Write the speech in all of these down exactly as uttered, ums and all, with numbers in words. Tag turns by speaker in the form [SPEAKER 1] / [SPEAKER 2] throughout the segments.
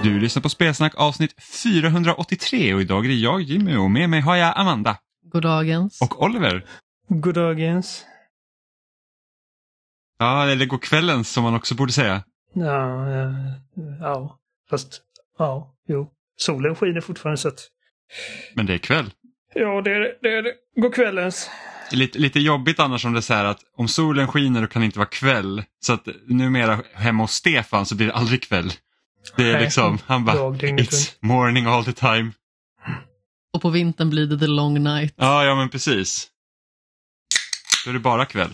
[SPEAKER 1] Du lyssnar på Spelsnack avsnitt fyrahundraåttiotre och idag är det jag, Jimmy, och med mig har jag Amanda.
[SPEAKER 2] Goddagens.
[SPEAKER 1] Och Oliver.
[SPEAKER 3] Goddagens.
[SPEAKER 1] Ja, eller god kvällens som man också borde säga.
[SPEAKER 3] Ja, ja, ja. Fast, ja, jo. Solen skiner fortfarande så att...
[SPEAKER 1] Men det är kväll.
[SPEAKER 3] Ja, det är det. det, är det. God kvällens.
[SPEAKER 1] Lite, lite jobbigt annars om det är så här att om solen skiner då kan det inte vara kväll. Så att numera hemma hos Stefan så blir det aldrig kväll. Det är
[SPEAKER 3] Nej,
[SPEAKER 1] liksom, han bara,
[SPEAKER 3] dag,
[SPEAKER 1] it's morning all the time.
[SPEAKER 2] Och på vintern blir det the long night.
[SPEAKER 1] Ja, ja men precis. Då är det bara kväll.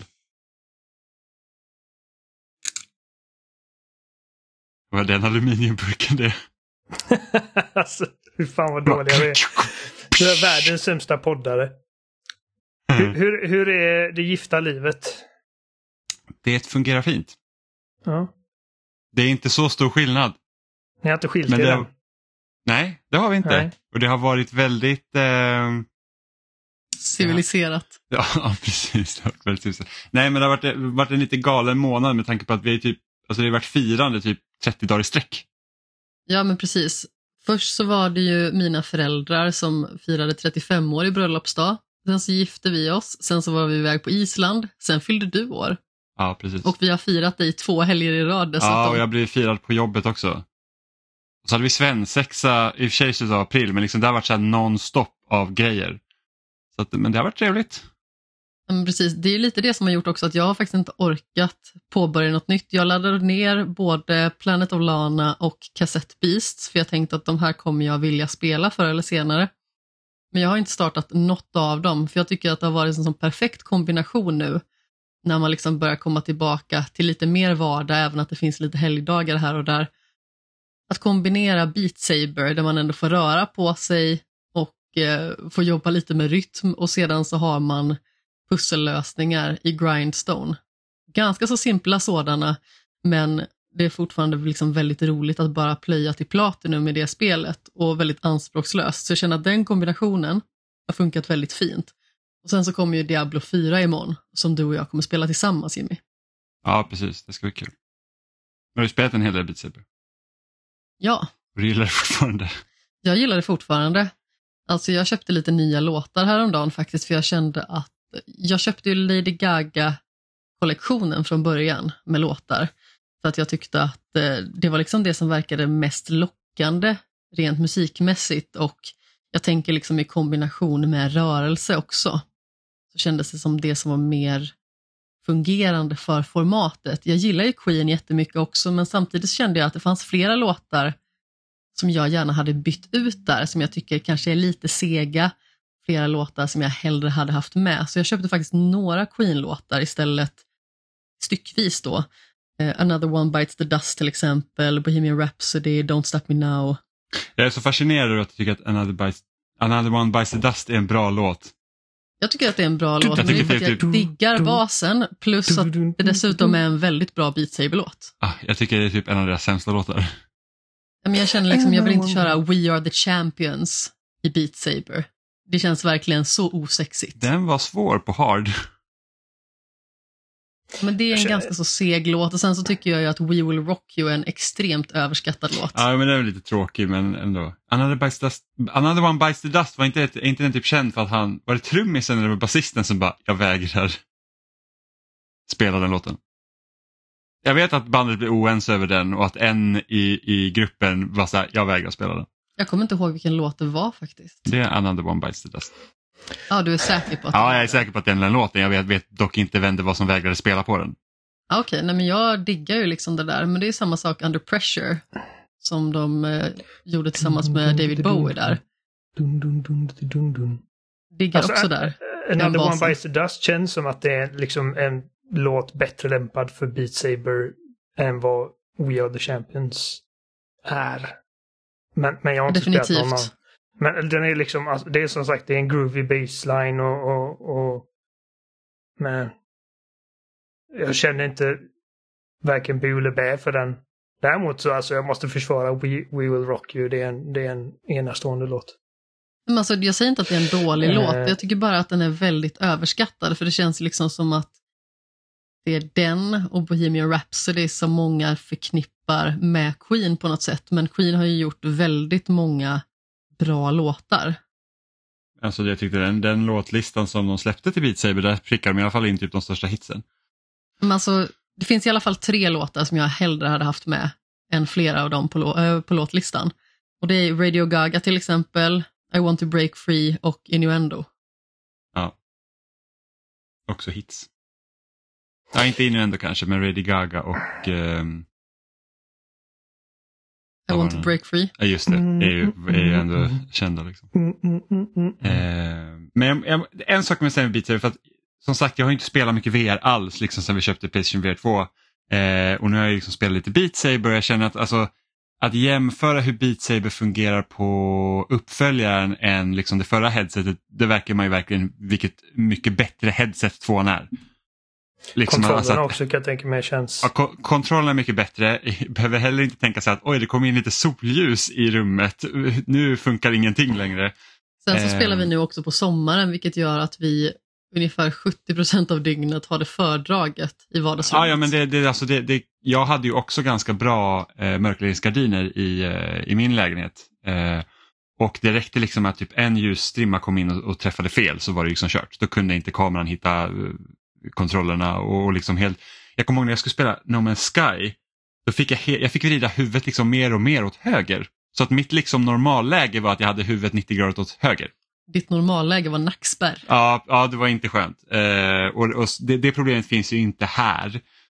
[SPEAKER 1] Vad är den aluminiumburken det?
[SPEAKER 3] Alltså, hur fan vad dåliga vi är. Du är världens sämsta poddare.
[SPEAKER 1] Mm.
[SPEAKER 3] Hur, hur, hur är det gifta livet?
[SPEAKER 1] Det fungerar fint.
[SPEAKER 3] Ja.
[SPEAKER 1] Det är inte så stor skillnad.
[SPEAKER 3] Ni har inte skilt
[SPEAKER 1] Men
[SPEAKER 3] er
[SPEAKER 1] det
[SPEAKER 3] än?
[SPEAKER 1] har... Nej, det har vi inte.
[SPEAKER 3] Nej.
[SPEAKER 1] Och det har varit väldigt... Eh...
[SPEAKER 2] Civiliserat.
[SPEAKER 1] Ja, ja, precis. Det har varit väldigt civiliserat. Nej, men det har varit, varit en lite galen månad med tanke på att vi är typ... Alltså det har varit firande typ trettio dagar i sträck.
[SPEAKER 2] Ja, men precis. Först så var det ju mina föräldrar som firade trettiofem år i bröllopsdag. Sen så gifte vi oss. Sen så var vi iväg på Island. Sen fyllde du år.
[SPEAKER 1] Ja, precis.
[SPEAKER 2] Och vi har firat dig två helger i rad dessutom.
[SPEAKER 1] Ja, och jag blev firad på jobbet också. Och så hade vi svensexa i och för sig så april, men liksom det har varit så här non-stop av grejer. Så att, men det har varit trevligt.
[SPEAKER 2] Ja, men precis. Det är lite det som har gjort också att jag har faktiskt inte orkat påbörja något nytt. Jag laddade ner både Planet of Lana och Cassette Beasts för jag tänkte att de här kommer jag vilja spela förr eller senare. Men jag har inte startat något av dem för jag tycker att det har varit en sån perfekt kombination nu när man liksom börjar komma tillbaka till lite mer vardag, även att det finns lite helgdagar här och där. Att kombinera Beat Saber där man ändå får röra på sig och eh, får jobba lite med rytm och sedan så har man pussellösningar i Grindstone. Ganska så simpla sådana, men det är fortfarande liksom väldigt roligt att bara plöja till platinum i det spelet och väldigt anspråkslöst. Så jag känner att den kombinationen har funkat väldigt fint. Och sen så kommer ju Diablo fyra imorgon som du och jag kommer spela tillsammans, Jimmy.
[SPEAKER 1] Ja, precis. Det ska bli kul. Men har du spelat en hel del Beat Saber?
[SPEAKER 2] Ja.
[SPEAKER 1] Och du gillar det fortfarande?
[SPEAKER 2] Jag gillar det fortfarande. Alltså jag köpte lite nya låtar häromdagen faktiskt för jag kände att jag köpte ju Lady Gaga-kollektionen från början med låtar. För att jag tyckte att eh, det var liksom det som verkade mest lockande rent musikmässigt och jag tänker liksom i kombination med rörelse också. Så kändes det som det som var mer fungerande för formatet. Jag gillar ju Queen jättemycket också men samtidigt kände jag att det fanns flera låtar som jag gärna hade bytt ut där som jag tycker kanske är lite sega. Flera låtar som jag hellre hade haft med. Så jag köpte faktiskt några Queen-låtar istället styckvis då. Uh, Another One Bites the Dust till exempel, Bohemian Rhapsody, Don't Stop Me Now.
[SPEAKER 1] Jag är så fascinerad över att du tycker att Another, Bites, Another One Bites the Dust är en bra låt.
[SPEAKER 2] Jag tycker att det är en bra
[SPEAKER 1] Du,
[SPEAKER 2] låt,
[SPEAKER 1] jag
[SPEAKER 2] men det är för
[SPEAKER 1] tycker
[SPEAKER 2] att jag
[SPEAKER 1] det är
[SPEAKER 2] diggar basen plus att det dessutom är en väldigt bra Beat Saber-låt.
[SPEAKER 1] Ah, jag tycker det är typ en av deras sämsta låtar.
[SPEAKER 2] Men jag känner liksom, jag vill inte köra We Are the Champions i Beat Saber. Det känns verkligen så osexigt.
[SPEAKER 1] Den var svår på hard.
[SPEAKER 2] Men det är en känner... ganska så seg låt och sen så tycker jag ju att We Will Rock You är en extremt överskattad låt.
[SPEAKER 1] Ja, men det är lite tråkig men ändå. Another, Bites the Dust, Another One Bites the Dust var inte, ett, inte den typ känd för att han, var det trummisen eller basisten som bara, jag vägrar spela den låten. Jag vet att bandet blev oense över den och att en i, i gruppen var så här, jag vägrar spela den.
[SPEAKER 2] Jag kommer inte ihåg vilken låt det var faktiskt.
[SPEAKER 1] Det är Another One Bites the Dust.
[SPEAKER 2] Ja, du är säker på att
[SPEAKER 1] Ja,
[SPEAKER 2] det
[SPEAKER 1] jag är säker på att det är den låten. Jag vet, vet dock inte vem det var som vägrade spela på den.
[SPEAKER 2] Ja, okej, nej men jag diggar ju liksom det där. Men det är samma sak Under Pressure som de eh, gjorde tillsammans med David Bowie där. Diggar
[SPEAKER 3] alltså,
[SPEAKER 2] också där.
[SPEAKER 3] Another One Bites the Dust känns som att det är liksom en låt bättre lämpad för Beat Saber än vad We Are the Champions är. Men, men jag har inte
[SPEAKER 2] definitivt
[SPEAKER 3] spelat någon. Men den är liksom, alltså, det är som sagt, det är en groovy bassline och, och, och men jag känner inte varken bu eller bä för den. Däremot så alltså jag måste försvara We, We Will Rock You, det är en, det är en enastående låt.
[SPEAKER 2] Men alltså, jag säger inte att det är en dålig äh... låt, jag tycker bara att den är väldigt överskattad för det känns liksom som att det är den och Bohemian Rhapsody som många förknippar klappar med Queen på något sätt, men Queen har ju gjort väldigt många bra låtar.
[SPEAKER 1] Alltså jag tyckte den, den låtlistan som de släppte till Beat Saber, där prickar de i alla fall in typ de största hitsen.
[SPEAKER 2] Men alltså, det finns i alla fall tre låtar som jag hellre hade haft med än flera av dem på, lå- äh, på låtlistan. Och det är Radio Gaga till exempel, I Want to Break Free och Innuendo.
[SPEAKER 1] Ja. Också hits. Ja, inte Innuendo kanske, men Radio Gaga och... Ehm...
[SPEAKER 2] I Want to Break Free.
[SPEAKER 1] Ja, just det. Är ju, är ju ändå kända liksom. Eh, men jag, jag, en sak med att säga med Beat Saber, för att som sagt, jag har inte spelat mycket V R alls liksom sen vi köpte PlayStation V R två. Eh, och nu har jag liksom spelat lite Beat Saber och jag känner att alltså, att jämföra hur Beat Saber fungerar på uppföljaren än liksom det förra headsetet, det verkar man ju verkligen vilket mycket bättre headset tvåan är. Liksom,
[SPEAKER 3] Kontrollerna
[SPEAKER 1] alltså att,
[SPEAKER 3] också kan jag tänka mig känns...
[SPEAKER 1] Ja, ko- kontrollen är mycket bättre. Behöver heller inte tänka sig att oj, det kommer in lite solljus i rummet. Nu funkar ingenting längre.
[SPEAKER 2] Sen så
[SPEAKER 1] eh.
[SPEAKER 2] spelar vi nu också på sommaren, vilket gör att vi ungefär sjuttio procent av dygnet har det fördraget i vardagsrummet.
[SPEAKER 1] Ja, ja, men det, det, alltså det, det, jag hade ju också ganska bra eh, mörkläggningsgardiner i, eh, i min lägenhet. Eh, och det räckte liksom att typ en ljusstrimma kom in och, och träffade fel, så var det liksom kört. Då kunde inte kameran hitta... Eh, kontrollerna och liksom helt, jag kommer ihåg när jag skulle spela No Man's Sky, då fick jag, he- jag fick vrida huvudet liksom mer och mer åt höger, så att mitt liksom normalläge var att jag hade huvudet nittio grader åt höger.
[SPEAKER 2] Ditt normalläge var nackspärr.
[SPEAKER 1] Ja, ja, det var inte skönt. Eh, och och det, det problemet finns ju inte här.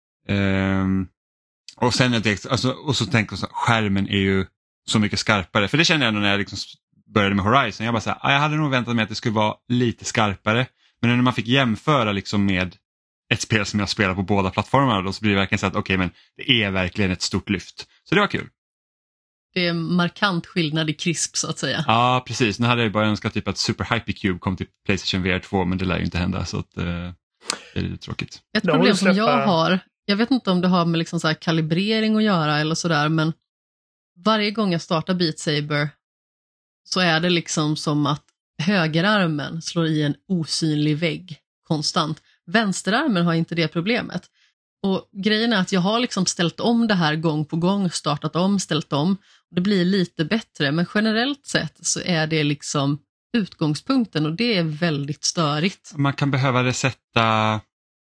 [SPEAKER 1] Eh, och sen är det, alltså, och så tänker jag så, skärmen är ju så mycket skarpare, för det kände jag när jag liksom började med Horizon, jag bara så här, jag hade nog väntat mig att det skulle vara lite skarpare. Men när man fick jämföra liksom med ett spel som jag spelar på båda plattformarna, då så blir det verkligen så att okej, okay, men det är verkligen ett stort lyft. Så det var kul.
[SPEAKER 2] Det är en markant skillnad i krisp så att säga.
[SPEAKER 1] Ja, precis. Nu hade jag bara önskat typ att Super Hypercube kom till PlayStation V R två, men det lär ju inte hända, så att, eh, det är lite tråkigt.
[SPEAKER 2] Ett problem som jag har, jag vet inte om det har med liksom så här kalibrering att göra eller sådär, men varje gång jag startar Beat Saber så är det liksom som att högerarmen slår i en osynlig vägg konstant. Vänsterarmen har inte det problemet. Och grejen är att jag har liksom ställt om det här gång på gång, startat om, ställt om. Det blir lite bättre, men generellt sett så är det liksom utgångspunkten och det är väldigt störigt.
[SPEAKER 1] Man kan behöva resetta,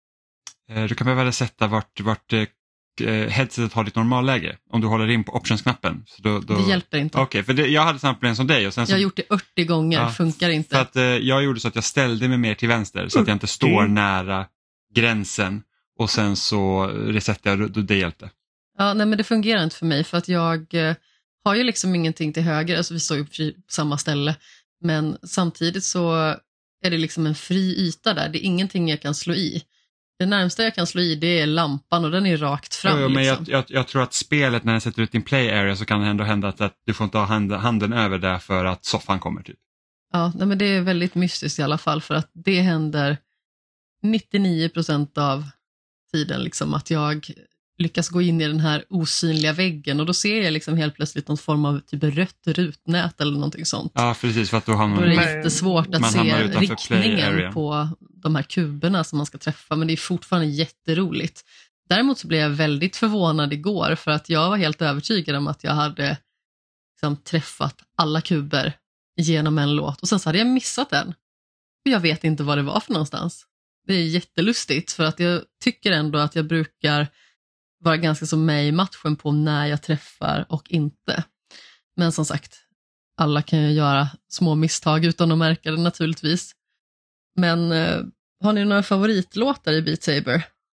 [SPEAKER 1] du kan behöva resetta vart, vart headsetet har ditt normalläge om du håller in på optionsknappen. Så då, då...
[SPEAKER 2] Det hjälper inte.
[SPEAKER 1] Okej, okay, för det, jag hade samma problem som dig. Och sen så...
[SPEAKER 2] Jag har gjort det fyrtio gånger,
[SPEAKER 1] ja,
[SPEAKER 2] funkar inte.
[SPEAKER 1] För att eh, jag gjorde så att jag ställde mig mer till vänster så att jag inte står mm. nära gränsen och sen så resettade jag och det hjälpte.
[SPEAKER 2] Ja, nej men det fungerar inte för mig för att jag eh, har ju liksom ingenting till höger, alltså vi står ju på samma ställe, men samtidigt så är det liksom en fri yta där, det är ingenting jag kan slå i. Det närmsta jag kan slå i det är lampan och den är rakt fram.
[SPEAKER 1] Jo, men
[SPEAKER 2] liksom.
[SPEAKER 1] jag, jag, jag tror att spelet när den sätter ut din play area så kan det ändå hända att, att du får inte ha hand, handen över där för att soffan kommer typ.
[SPEAKER 2] Ja, nej, men det är väldigt mystiskt i alla fall för att det händer nittionio procent av tiden liksom att jag lyckas gå in i den här osynliga väggen och då ser jag liksom helt plötsligt någon form av typ rött rutnät eller någonting sånt.
[SPEAKER 1] Ja, precis, för att då hamnar
[SPEAKER 2] då är det jättesvårt att se riktningen
[SPEAKER 1] på
[SPEAKER 2] de här kuberna som man ska träffa, men det är fortfarande jätteroligt. Däremot så blev jag väldigt förvånad igår för att jag var helt övertygad om att jag hade liksom träffat alla kuber genom en låt och sen så hade jag missat den. Och jag vet inte vad det var för någonstans. Det är jättelustigt för att jag tycker ändå att jag brukar vara ganska som med i matchen på när jag träffar och inte. Men som sagt, alla kan ju göra små misstag utan att märka det naturligtvis. Men eh, har ni några favoritlåtar i Beat Saber?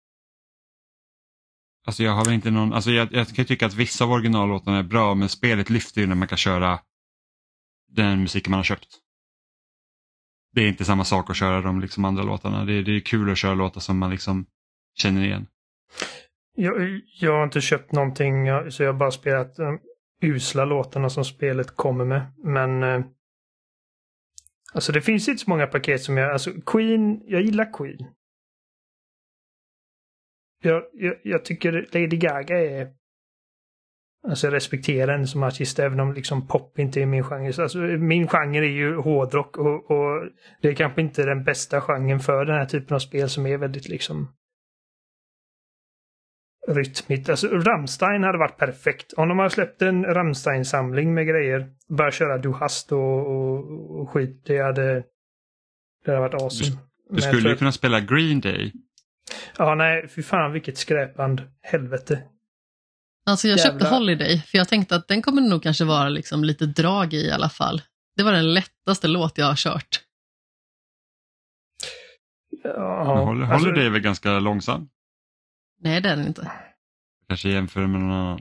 [SPEAKER 1] Alltså jag har väl inte någon, alltså jag, jag kan tycka att vissa av originallåtarna är bra, men spelet lyfter ju när man kan köra den musiken man har köpt. Det är inte samma sak att köra de liksom andra låtarna. Det är, det är kul att köra låtar som man liksom känner igen.
[SPEAKER 3] Jag, jag har inte köpt någonting, så jag har bara spelat de usla låtarna som spelet kommer med. Men eh, alltså det finns inte så många paket som jag, alltså Queen, jag gillar Queen. Jag, jag, jag tycker Lady Gaga är, alltså jag respekterar henne som artist även om liksom pop inte är min genre. Alltså min genre är ju hårdrock och, och det är kanske inte den bästa genren för den här typen av spel som är väldigt liksom rytmigt. Alltså Rammstein hade varit perfekt. Om de hade släppt en Rammstein-samling med grejer, bara köra Du hast och, och, och skit, det hade, det hade varit awesome.
[SPEAKER 1] Du, du skulle ju att... kunna spela Green Day.
[SPEAKER 3] Ja, nej, fy fan vilket skräpband. Helvete.
[SPEAKER 2] Alltså jag
[SPEAKER 3] Jävla... köpte
[SPEAKER 2] Holiday, för jag tänkte att den kommer nog kanske vara liksom lite drag i i alla fall. Det var den lättaste låt jag har kört.
[SPEAKER 3] Ja,
[SPEAKER 1] Holiday
[SPEAKER 3] alltså...
[SPEAKER 1] är väl ganska långsam?
[SPEAKER 2] Nej, det är den inte.
[SPEAKER 1] Kanske jämför med någon annan.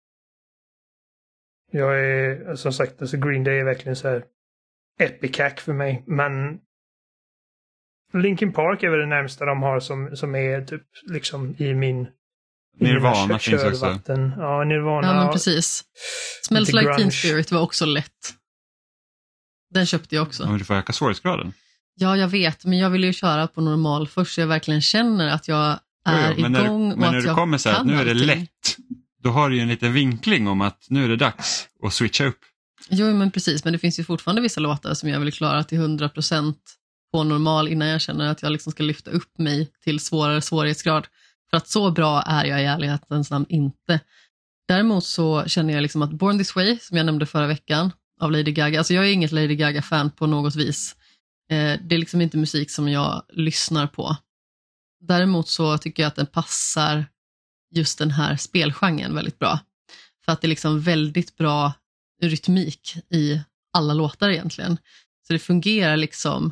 [SPEAKER 3] Jag är, som sagt, alltså Green Day är verkligen så här epicac för mig. Men Linkin Park är väl det närmsta de har som, som är typ liksom i min...
[SPEAKER 1] Nirvana finns också.
[SPEAKER 3] Ja, Nirvana.
[SPEAKER 2] Ja, men precis. Smells Like Teen Spirit var också lätt. Den köpte jag också.
[SPEAKER 1] Ja, men du får öka svårighetsgraden.
[SPEAKER 2] Ja, jag vet. Men jag vill ju köra på normal först så jag verkligen känner att jag är jo, jo, men igång.
[SPEAKER 1] När,
[SPEAKER 2] och
[SPEAKER 1] men
[SPEAKER 2] att
[SPEAKER 1] när du
[SPEAKER 2] jag
[SPEAKER 1] kommer så här att nu är det
[SPEAKER 2] allting.
[SPEAKER 1] lätt. Då har du ju en liten vinkling om att nu är det dags att switcha upp.
[SPEAKER 2] Jo, men precis. Men det finns ju fortfarande vissa låtar som jag vill klara till hundra procent på normal innan jag känner att jag liksom ska lyfta upp mig till svårare svårighetsgrad. För att så bra är jag i ärlighetens namn inte. Däremot så känner jag liksom att Born This Way, som jag nämnde förra veckan, av Lady Gaga. Alltså jag är inget Lady Gaga-fan på något vis. Eh, det är liksom inte musik som jag lyssnar på. Däremot så tycker jag att den passar just den här spelgenren väldigt bra. För att det är liksom väldigt bra rytmik i alla låtar egentligen. Så det fungerar liksom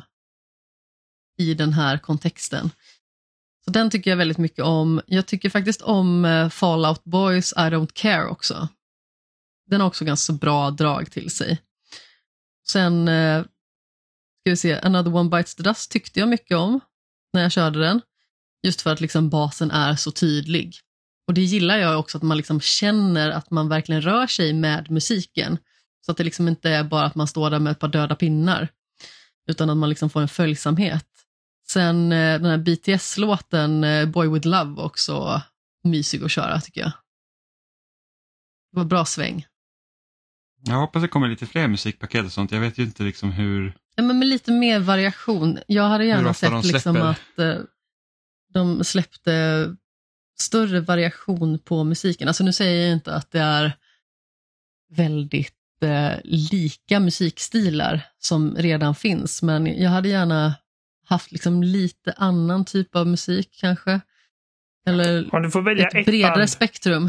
[SPEAKER 2] i den här kontexten. Så den tycker jag väldigt mycket om. Jag tycker faktiskt om uh, Fall Out Boys I Don't Care också. Den har också ganska bra drag till sig. Sen uh, ska vi se, Another One Bites the Dust tyckte jag mycket om när jag körde den. Just för att liksom basen är så tydlig. Och det gillar jag också, att man liksom känner att man verkligen rör sig med musiken. Så att det liksom inte är bara att man står där med ett par döda pinnar. Utan att man liksom får en följsamhet. Sen den här B T S-låten Boy With Love också mysig att köra tycker jag. Det var bra sväng.
[SPEAKER 1] Jag hoppas det kommer lite fler musikpaket och sånt. Jag vet ju inte liksom hur...
[SPEAKER 2] Ja, men med lite mer variation. Jag hade gärna sett liksom att eh, de släppte större variation på musiken. Alltså nu säger jag inte att det är väldigt eh, lika musikstilar som redan finns. Men jag hade gärna haft liksom lite annan typ av musik kanske. Eller
[SPEAKER 3] ja, du får välja
[SPEAKER 2] ett,
[SPEAKER 3] ett
[SPEAKER 2] bredare
[SPEAKER 3] band.
[SPEAKER 2] Spektrum.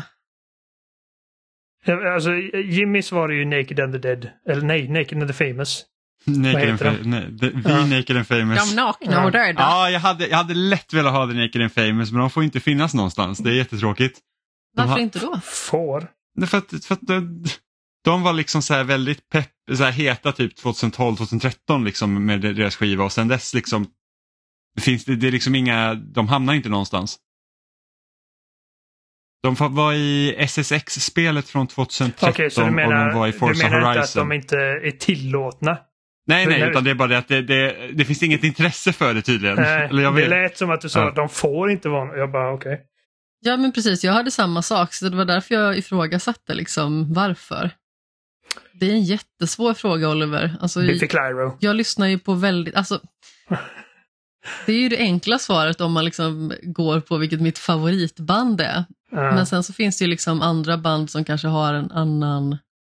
[SPEAKER 3] Alltså, Jimmys var det ju Naked and the Dead. Eller nej, Naked and the Famous.
[SPEAKER 1] Naked and fa- nej, the, the ja. Naked and Famous.
[SPEAKER 2] De nakna och döda.
[SPEAKER 1] Ja, jag hade, jag hade lätt velat ha The Naked and Famous, men de får inte finnas någonstans. Det är jättetråkigt. De
[SPEAKER 2] Varför
[SPEAKER 1] ha-
[SPEAKER 2] inte då?
[SPEAKER 3] Får?
[SPEAKER 1] För att, för att de, de var liksom så här väldigt pepp, så här heta typ tjugotolv tjugotretton liksom med deras skiva, och sen dess liksom finns det, det är liksom inga, de hamnar inte någonstans. De var i S S X-spelet från tjugotretton.
[SPEAKER 3] Okej, så du menar,
[SPEAKER 1] och de var i Forza
[SPEAKER 3] du menar
[SPEAKER 1] Horizon.
[SPEAKER 3] Inte att de inte är tillåtna?
[SPEAKER 1] Nej, nej, utan det är bara det att det, det, det finns inget intresse för det tydligen.
[SPEAKER 3] Nej,
[SPEAKER 1] Eller jag
[SPEAKER 3] det
[SPEAKER 1] vet.
[SPEAKER 3] lät som att du sa
[SPEAKER 1] ja.
[SPEAKER 3] att de får inte vara... Jag bara, okej. Okay.
[SPEAKER 2] Ja, men precis. Jag hade samma sak, så det var därför jag ifrågasatte liksom varför. Det är en jättesvår fråga, Oliver. Alltså,
[SPEAKER 3] Biffy Clyro.
[SPEAKER 2] Jag lyssnar ju på väldigt... Alltså, det är ju det enkla svaret om man liksom går på vilket mitt favoritband är.
[SPEAKER 3] Uh.
[SPEAKER 2] Men sen så finns det ju liksom andra band som kanske har en annan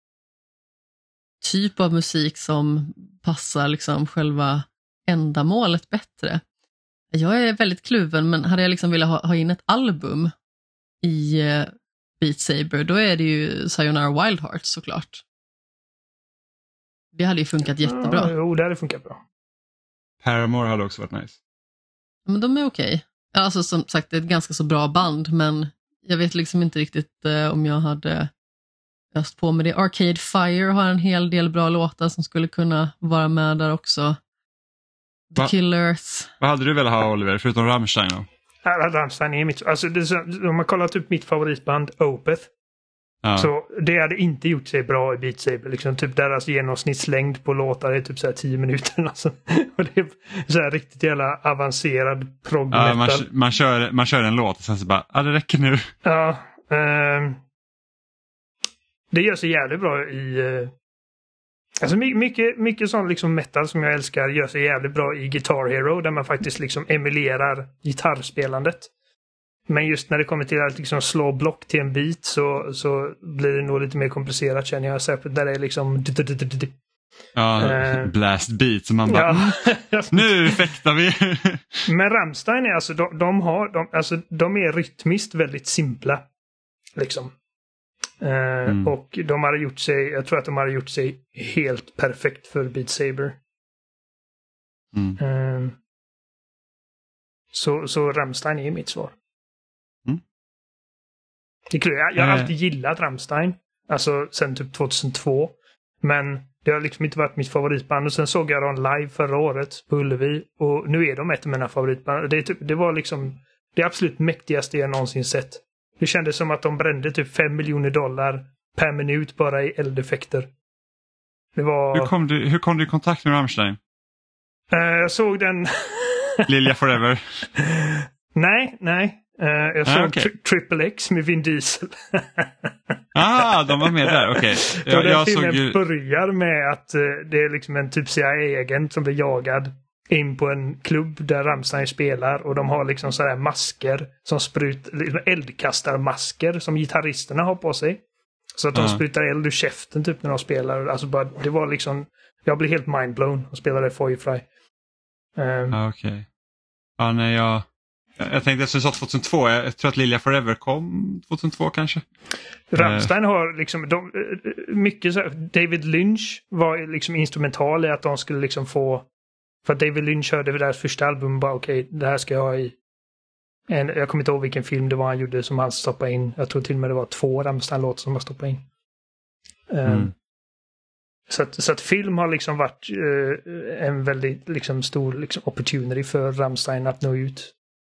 [SPEAKER 2] typ av musik som passar liksom själva ändamålet bättre. Jag är väldigt kluven, men hade jag liksom velat ha, ha in ett album i uh, Beat Saber, då är det ju Sayonara Wild Hearts såklart. Det hade ju funkat jättebra.
[SPEAKER 3] Uh, jo, det hade funkat bra.
[SPEAKER 1] Paramore hade också varit nice.
[SPEAKER 2] Men de är okej. Okay. Alltså som sagt, det är ett ganska så bra band, men jag vet liksom inte riktigt uh, om jag hade öst på med det. Arcade Fire har en hel del bra låtar som skulle kunna vara med där också. The Va? Killers.
[SPEAKER 1] Vad hade du velat ha, Oliver, förutom Rammstein då?
[SPEAKER 3] Ja, Rammstein är mitt... Alltså, det är så, om man kollar typ mitt favoritband, Opeth. Ja. Så det hade inte gjort sig bra i Beat Saber. Liksom, typ deras genomsnittslängd på låtar är typ så här tio minuter. Alltså. Och det är så här riktigt jävla avancerad prog
[SPEAKER 1] ja, man, man, kör, man kör en låt och sen så bara, ja det räcker nu.
[SPEAKER 3] Ja. Eh, det gör sig jävligt bra i... Eh, alltså mycket, mycket sån liksom metal som jag älskar gör sig jävligt bra i Guitar Hero, där man faktiskt liksom emulerar gitarrspelandet. Men just när det kommer till att liksom slå block till en bit så, så blir det nog lite mer komplicerat, känner jag. Särskilt där det är liksom...
[SPEAKER 1] Ja,
[SPEAKER 3] uh,
[SPEAKER 1] blast beat som man bara...
[SPEAKER 3] Ja.
[SPEAKER 1] Nu fäktar vi!
[SPEAKER 3] Men Rammstein är alltså... De, de, har, de, alltså, de är rytmiskt väldigt simpla. Liksom. Uh, mm. Och de har gjort sig... Jag tror att de har gjort sig helt perfekt för Beat Saber.
[SPEAKER 1] Mm.
[SPEAKER 3] Uh, så, så Rammstein är mitt svar.
[SPEAKER 1] Mm.
[SPEAKER 3] Det är kul. Jag, jag har alltid gillat Rammstein. Alltså sen typ tjugohundratvå. Men det har liksom inte varit mitt favoritband. Och sen såg jag dem live förra året på Ullevi. Och nu är de ett av mina favoritband. Det, typ, det var liksom det absolut mäktigaste jag någonsin sett. Det kändes som att de brände typ fem miljoner dollar per minut bara i eldeffekter. Det var...
[SPEAKER 1] Hur kom du, hur kom du i kontakt med Rammstein?
[SPEAKER 3] Uh, jag såg den...
[SPEAKER 1] Lilja Forever?
[SPEAKER 3] nej, nej. Uh, jag
[SPEAKER 1] ah,
[SPEAKER 3] såg
[SPEAKER 1] okay.
[SPEAKER 3] tri- Triple X med Vin Diesel.
[SPEAKER 1] ah, de var med där, okej. Okay.
[SPEAKER 3] Jag, jag
[SPEAKER 1] filmen
[SPEAKER 3] såg...
[SPEAKER 1] ju...
[SPEAKER 3] börjar med att uh, det är liksom en typ C I A-agent som blir jagad in på en klubb där Rammstein spelar, och de har liksom sådär masker som sprut, liksom eldkastarmasker som gitarristerna har på sig. Så att de uh. sprutar eld ur käften typ när de spelar. Alltså bara, det var liksom, jag blev helt mindblown och spelade Firefly. Um,
[SPEAKER 1] ah, okej. Okay. Ja, nej, jag... Jag tänkte att du sa tjugohundratvå, jag tror att Lilja Forever kom tjugohundratvå kanske.
[SPEAKER 3] Rammstein har liksom, de, mycket så här, David Lynch var liksom instrumental i att de skulle liksom få, för att David Lynch hörde det deras första album, bara okej, okay, det här ska jag ha i en, jag kommer inte ihåg vilken film det var han gjorde som han stoppade in. Jag tror till och med det var två Rammstein-låtar som han stoppade in. Um, mm. Så att, så att film har liksom varit uh, en väldigt liksom stor liksom opportunity för Rammstein att nå ut.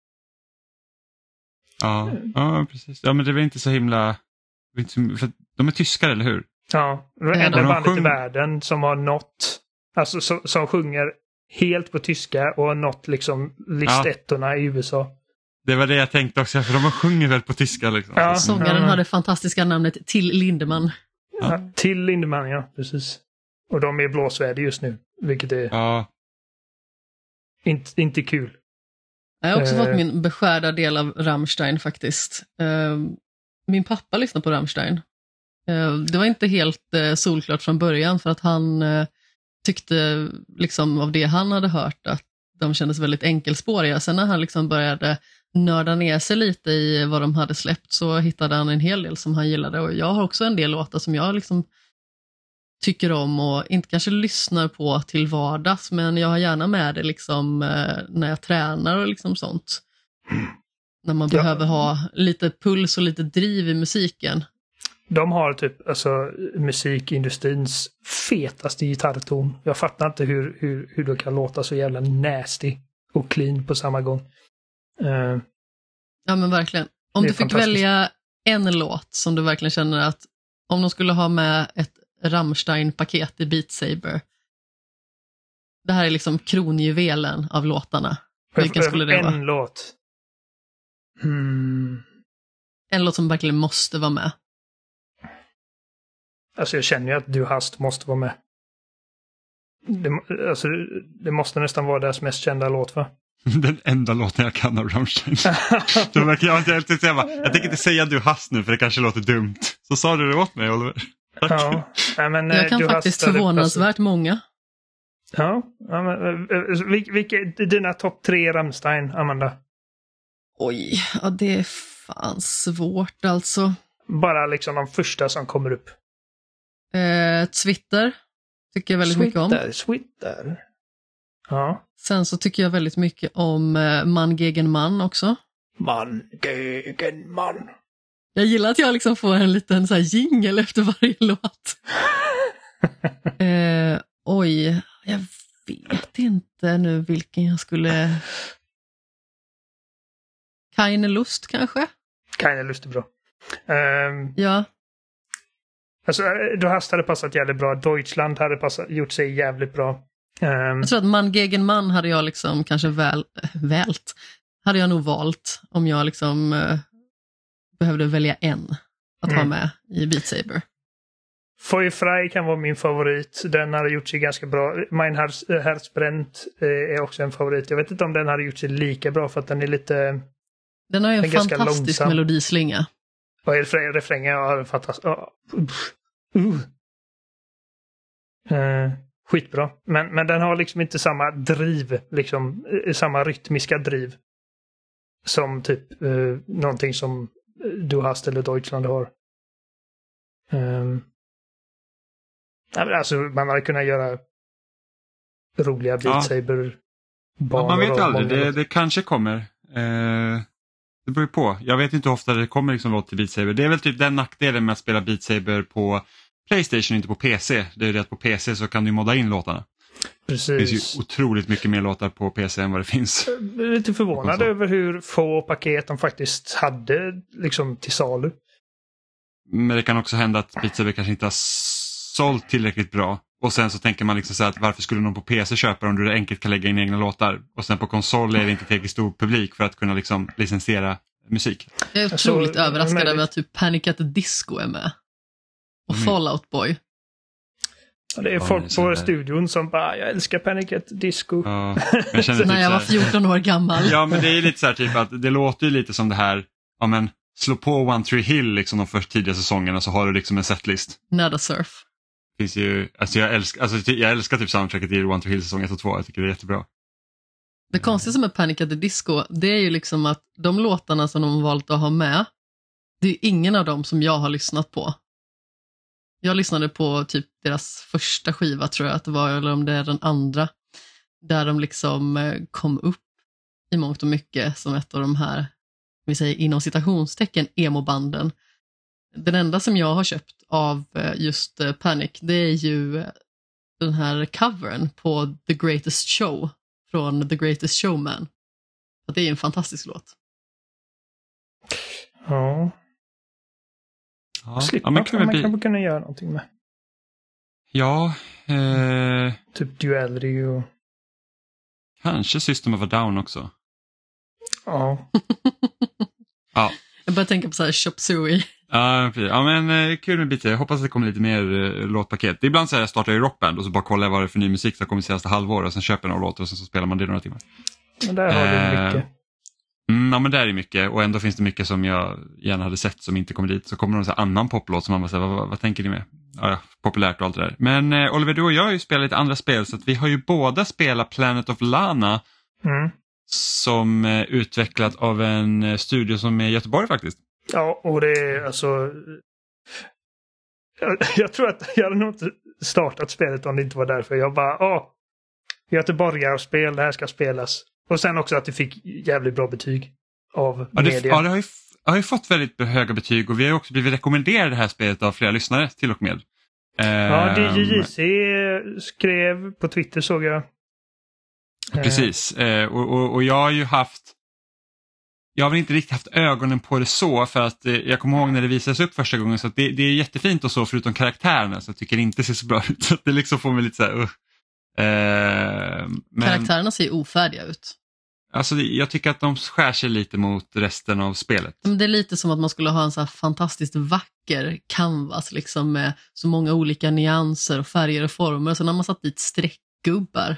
[SPEAKER 1] Ja, ja, precis. Ja, men det var inte så himla... För de är tyskar, eller hur?
[SPEAKER 3] Ja, det är enda bandet sjung... i världen som har nått... Alltså som, som sjunger helt på tyska och har nått liksom listettorna ja. i U S A.
[SPEAKER 1] Det var det jag tänkte också, för de sjunger väl på tyska liksom.
[SPEAKER 2] Ja. Sångaren har det fantastiska namnet Till Lindemann.
[SPEAKER 3] Ja. Ja, Till Lindemann, ja, precis. Och de är blåsväder just nu, vilket är
[SPEAKER 1] ja.
[SPEAKER 3] inte, inte kul.
[SPEAKER 2] Jag har också uh, fått min beskärda del av Rammstein faktiskt. Uh, min pappa lyssnade på Rammstein. Uh, det var inte helt uh, solklart från början, för att han uh, tyckte liksom av det han hade hört att de kändes väldigt enkelspåriga. Sen när han liksom började nörda ner sig lite i vad de hade släppt, så hittade han en hel del som han gillade. Och jag har också en del låtar som jag liksom tycker om och inte kanske lyssnar på till vardags, men jag har gärna med det liksom eh, när jag tränar och liksom sånt. När man ja. behöver ha lite puls och lite driv i musiken.
[SPEAKER 3] De har typ alltså musikindustrins fetaste gitarrton. Jag fattar inte hur, hur, hur det kan låta så jävla nasty och clean på samma gång. Uh,
[SPEAKER 2] ja, men verkligen. Om du fick välja en låt som du verkligen känner att om de skulle ha med ett Rammstein-paket i Beat Saber. Det här är liksom kronjuvelen av låtarna. Vilken skulle det vara?
[SPEAKER 3] En låt. Hmm.
[SPEAKER 2] En låt som verkligen måste vara med.
[SPEAKER 3] Alltså jag känner ju att Du hast måste vara med. Det, alltså, det måste nästan vara deras mest kända låt, va?
[SPEAKER 1] Den enda låten jag kan av Rammstein. jag, jag, jag, jag, jag tänker inte säga Du hast nu, för det kanske låter dumt. Så sa du det åt mig, Oliver.
[SPEAKER 3] Ja, men,
[SPEAKER 2] jag kan
[SPEAKER 3] du
[SPEAKER 2] faktiskt förvånansvärt många.
[SPEAKER 3] Ja, ja men, vilka är dina topp tre Rammstein, Amanda?
[SPEAKER 2] Oj, ja, det är fan svårt alltså.
[SPEAKER 3] Bara liksom de första som kommer upp.
[SPEAKER 2] Eh, Twitter tycker jag väldigt
[SPEAKER 3] Twitter,
[SPEAKER 2] mycket om.
[SPEAKER 3] Twitter. Ja.
[SPEAKER 2] Sen så tycker jag väldigt mycket om eh, Man gegen Man också.
[SPEAKER 3] Man gegen Man.
[SPEAKER 2] Jag gillar att jag liksom får en liten så här jingle efter varje låt. eh, oj, jag vet inte nu vilken jag skulle... Keine Lust kanske?
[SPEAKER 3] Keine Lust är bra. Um,
[SPEAKER 2] ja.
[SPEAKER 3] Alltså, Du hast hade passat jävligt bra. Deutschland hade passat, gjort sig jävligt bra. Um,
[SPEAKER 2] jag tror att Man gegen Man hade jag liksom kanske väl, vält. Hade jag nog valt om jag liksom... Uh, behövde välja en att mm. ha med i Beat Saber.
[SPEAKER 3] Feuerfrei kan vara min favorit. Den har gjort sig ganska bra. Mein Herz, Herzbrennt är också en favorit. Jag vet inte om den hade gjort sig lika bra, för att den är lite
[SPEAKER 2] Den har ju en
[SPEAKER 3] Den är ganska
[SPEAKER 2] fantastisk
[SPEAKER 3] långsam.
[SPEAKER 2] melodislinga.
[SPEAKER 3] Och refrä- refrängen har fantastiskt. Uh, uh. Uh, skitbra. Men, men den har liksom inte samma driv, liksom eh, samma rytmiska driv som typ uh, någonting som Du Hast eller Deutschland har. Um, alltså man hade kunnat göra roliga Beat Saber
[SPEAKER 1] ja, man vet ju aldrig, det, det kanske kommer. Eh, det beror ju på. Jag vet inte hur ofta det kommer liksom låt till Beat Saber. Det är väl typ den nackdelen med att spela Beat Saber på PlayStation, inte på P C. Det är det att på P C så kan du modda in låtarna.
[SPEAKER 3] Precis.
[SPEAKER 1] Det finns ju otroligt mycket mer låtar på P C än vad det finns.
[SPEAKER 3] Jag är lite förvånad över hur få paket de faktiskt hade liksom till salu.
[SPEAKER 1] Men det kan också hända att Beat Saber kanske inte har sålt tillräckligt bra. Och sen så tänker man liksom så att varför skulle någon på P C köpa om du enkelt kan lägga in egna låtar. Och sen på konsol är det inte tillräckligt stor publik för att kunna liksom licensiera musik.
[SPEAKER 2] Jag är
[SPEAKER 3] Alltså,
[SPEAKER 2] otroligt överraskad
[SPEAKER 3] men-
[SPEAKER 2] över att typ Panic at the Disco är med. Och
[SPEAKER 1] Mm.
[SPEAKER 2] Fallout Boy.
[SPEAKER 3] Ja, det är
[SPEAKER 1] Ja,
[SPEAKER 3] folk
[SPEAKER 1] det är så
[SPEAKER 3] på
[SPEAKER 1] där.
[SPEAKER 3] studion som bara, jag älskar Panic at Disco.
[SPEAKER 1] Ja, jag känner typ
[SPEAKER 2] När jag
[SPEAKER 1] så
[SPEAKER 2] var
[SPEAKER 1] här-
[SPEAKER 2] fjorton år gammal.
[SPEAKER 1] Ja, men det är lite så här typ att det låter ju lite som det här, ja men slå på One Tree Hill liksom de första tidiga säsongerna så har du liksom en setlist.
[SPEAKER 2] Nada Surf.
[SPEAKER 1] Finns ju, alltså jag älskar, alltså jag älskar typ soundtracket i One Tree Hill säsong ett och två, jag tycker det är jättebra.
[SPEAKER 2] Det konstiga med Panic at the Disco, det är ju liksom att de låtarna som de valt att ha med, det är ingen av dem som jag har lyssnat på. Jag lyssnade på typ deras första skiva tror jag att det var, eller om det är den andra, där de liksom eh, kom upp i mångt och mycket som ett av de här, vi säger inom citationstecken, emo-banden. Den enda som jag har köpt av eh, just eh, Panic, det är ju eh, den här covern på The Greatest Show från The Greatest Showman. Och det är en fantastisk låt.
[SPEAKER 3] Ja,
[SPEAKER 1] Ja,
[SPEAKER 3] slipper
[SPEAKER 1] ja men kul
[SPEAKER 3] man
[SPEAKER 1] med
[SPEAKER 3] kanske
[SPEAKER 1] bi-
[SPEAKER 3] kunna göra någonting med.
[SPEAKER 1] Ja, eh,
[SPEAKER 3] Typ Duality och...
[SPEAKER 1] kanske System of a Down också.
[SPEAKER 3] Ja.
[SPEAKER 1] Ja.
[SPEAKER 2] Jag börjar tänka på så här Chop Suey.
[SPEAKER 1] Ja, precis. Ja men eh, kul med bitar. Jag hoppas att det kommer lite mer eh, låtpaket. Det är ibland så här jag startar i rockband och så bara kollar jag vad det är för ny musik som kommer senaste halvåret och sen köper jag några låtar och sen så spelar man det några timmar.
[SPEAKER 3] Men där har du
[SPEAKER 1] Eh,
[SPEAKER 3] mycket.
[SPEAKER 1] Mm, ja men där är mycket och ändå finns det mycket som jag gärna hade sett som inte kommer dit. Så kommer det någon så här annan poplåt som man bara säger, vad, vad, vad tänker ni med? Ja, ja, populärt och allt det där. Men eh, Oliver, du och jag har ju spelat lite andra spel så att vi har ju båda spelat Planet of Lana
[SPEAKER 3] Mm.
[SPEAKER 1] som eh, utvecklat av en eh, studio som är i Göteborg faktiskt.
[SPEAKER 3] Ja, och det är alltså... Jag, jag tror att jag hade nog inte startat spelet om det inte var därför. Jag bara, åh, göteborgarspel, det här ska spelas. Och sen också att det fick jävligt bra betyg av
[SPEAKER 1] Ja, det,
[SPEAKER 3] media.
[SPEAKER 1] ja, det har ju, f- har ju fått väldigt höga betyg och vi har ju också blivit rekommenderade det här spelet av flera lyssnare till och med.
[SPEAKER 3] Ja, D J J
[SPEAKER 1] Ehm,
[SPEAKER 3] C skrev på Twitter såg jag.
[SPEAKER 1] Precis, eh, och, och, och jag har ju haft jag har väl inte riktigt haft ögonen på det så för att eh, jag kommer ihåg när det visades upp första gången så att det, det är jättefint och så förutom karaktärerna så jag tycker det inte ser så bra ut så att det liksom får mig lite så här uh. eh, men
[SPEAKER 2] Karaktärerna ser ofärdiga ut.
[SPEAKER 1] alltså, det- jag tycker att de skär sig lite mot resten av spelet.
[SPEAKER 2] Men det är lite som att man skulle ha en så här fantastiskt vacker canvas liksom med så många olika nyanser och färger och former. Så när man satt dit streckgubbar.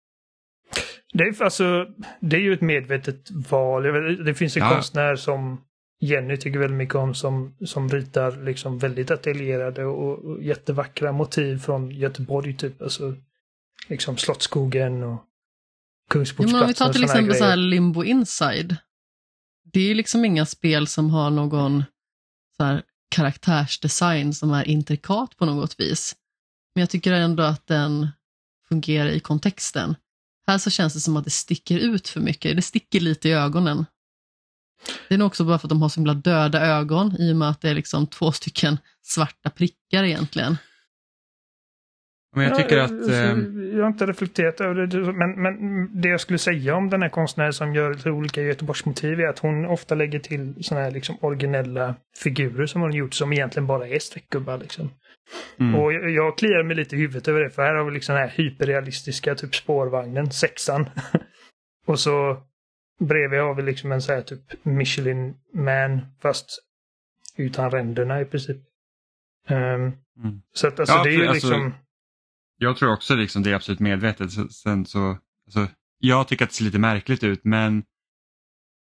[SPEAKER 3] Det är, alltså, det är ju ett medvetet val. Jag vet, det finns en
[SPEAKER 1] Ja.
[SPEAKER 3] konstnär som Jenny tycker väldigt mycket om som, som ritar liksom väldigt detaljerade och, och jättevackra motiv från Göteborg typ. Alltså, liksom Slottsskogen och
[SPEAKER 2] Ja,
[SPEAKER 3] Kungsportsplatsen.
[SPEAKER 2] men om vi tar till
[SPEAKER 3] och såna här
[SPEAKER 2] exempel så här
[SPEAKER 3] grejer.
[SPEAKER 2] Limbo Inside. Det är ju liksom inga spel som har någon så här karaktärsdesign som är intrikat på något vis. Men jag tycker ändå att den fungerar i kontexten. Här så känns det som att det sticker ut för mycket. Det sticker lite i ögonen. Det är nog också bara för att de har så himla döda ögon i och med att det är liksom två stycken svarta prickar egentligen.
[SPEAKER 1] Men jag tycker
[SPEAKER 3] Ja,
[SPEAKER 1] att
[SPEAKER 3] alltså,
[SPEAKER 1] eh,
[SPEAKER 3] jag har inte reflekterat över det. Men, men det jag skulle säga om den här konstnären som gör lite olika Göteborgsmotiv är att hon ofta lägger till såna här liksom originella figurer som hon gjort som egentligen bara är streckgubbar. Liksom.
[SPEAKER 1] mm,
[SPEAKER 3] Och jag, jag kliar mig lite i huvudet över det för här har vi liksom den här hyperrealistiska typ spårvagnen, sexan. Och så bredvid har vi liksom en så här typ Michelin Man fast utan ränderna i princip. Um,
[SPEAKER 1] mm.
[SPEAKER 3] så att alltså
[SPEAKER 1] Ja,
[SPEAKER 3] det är ju
[SPEAKER 1] för- alltså,
[SPEAKER 3] liksom...
[SPEAKER 1] Jag tror också liksom det är absolut medvetet. Så- Sen så, alltså, jag tycker att det ser lite märkligt ut men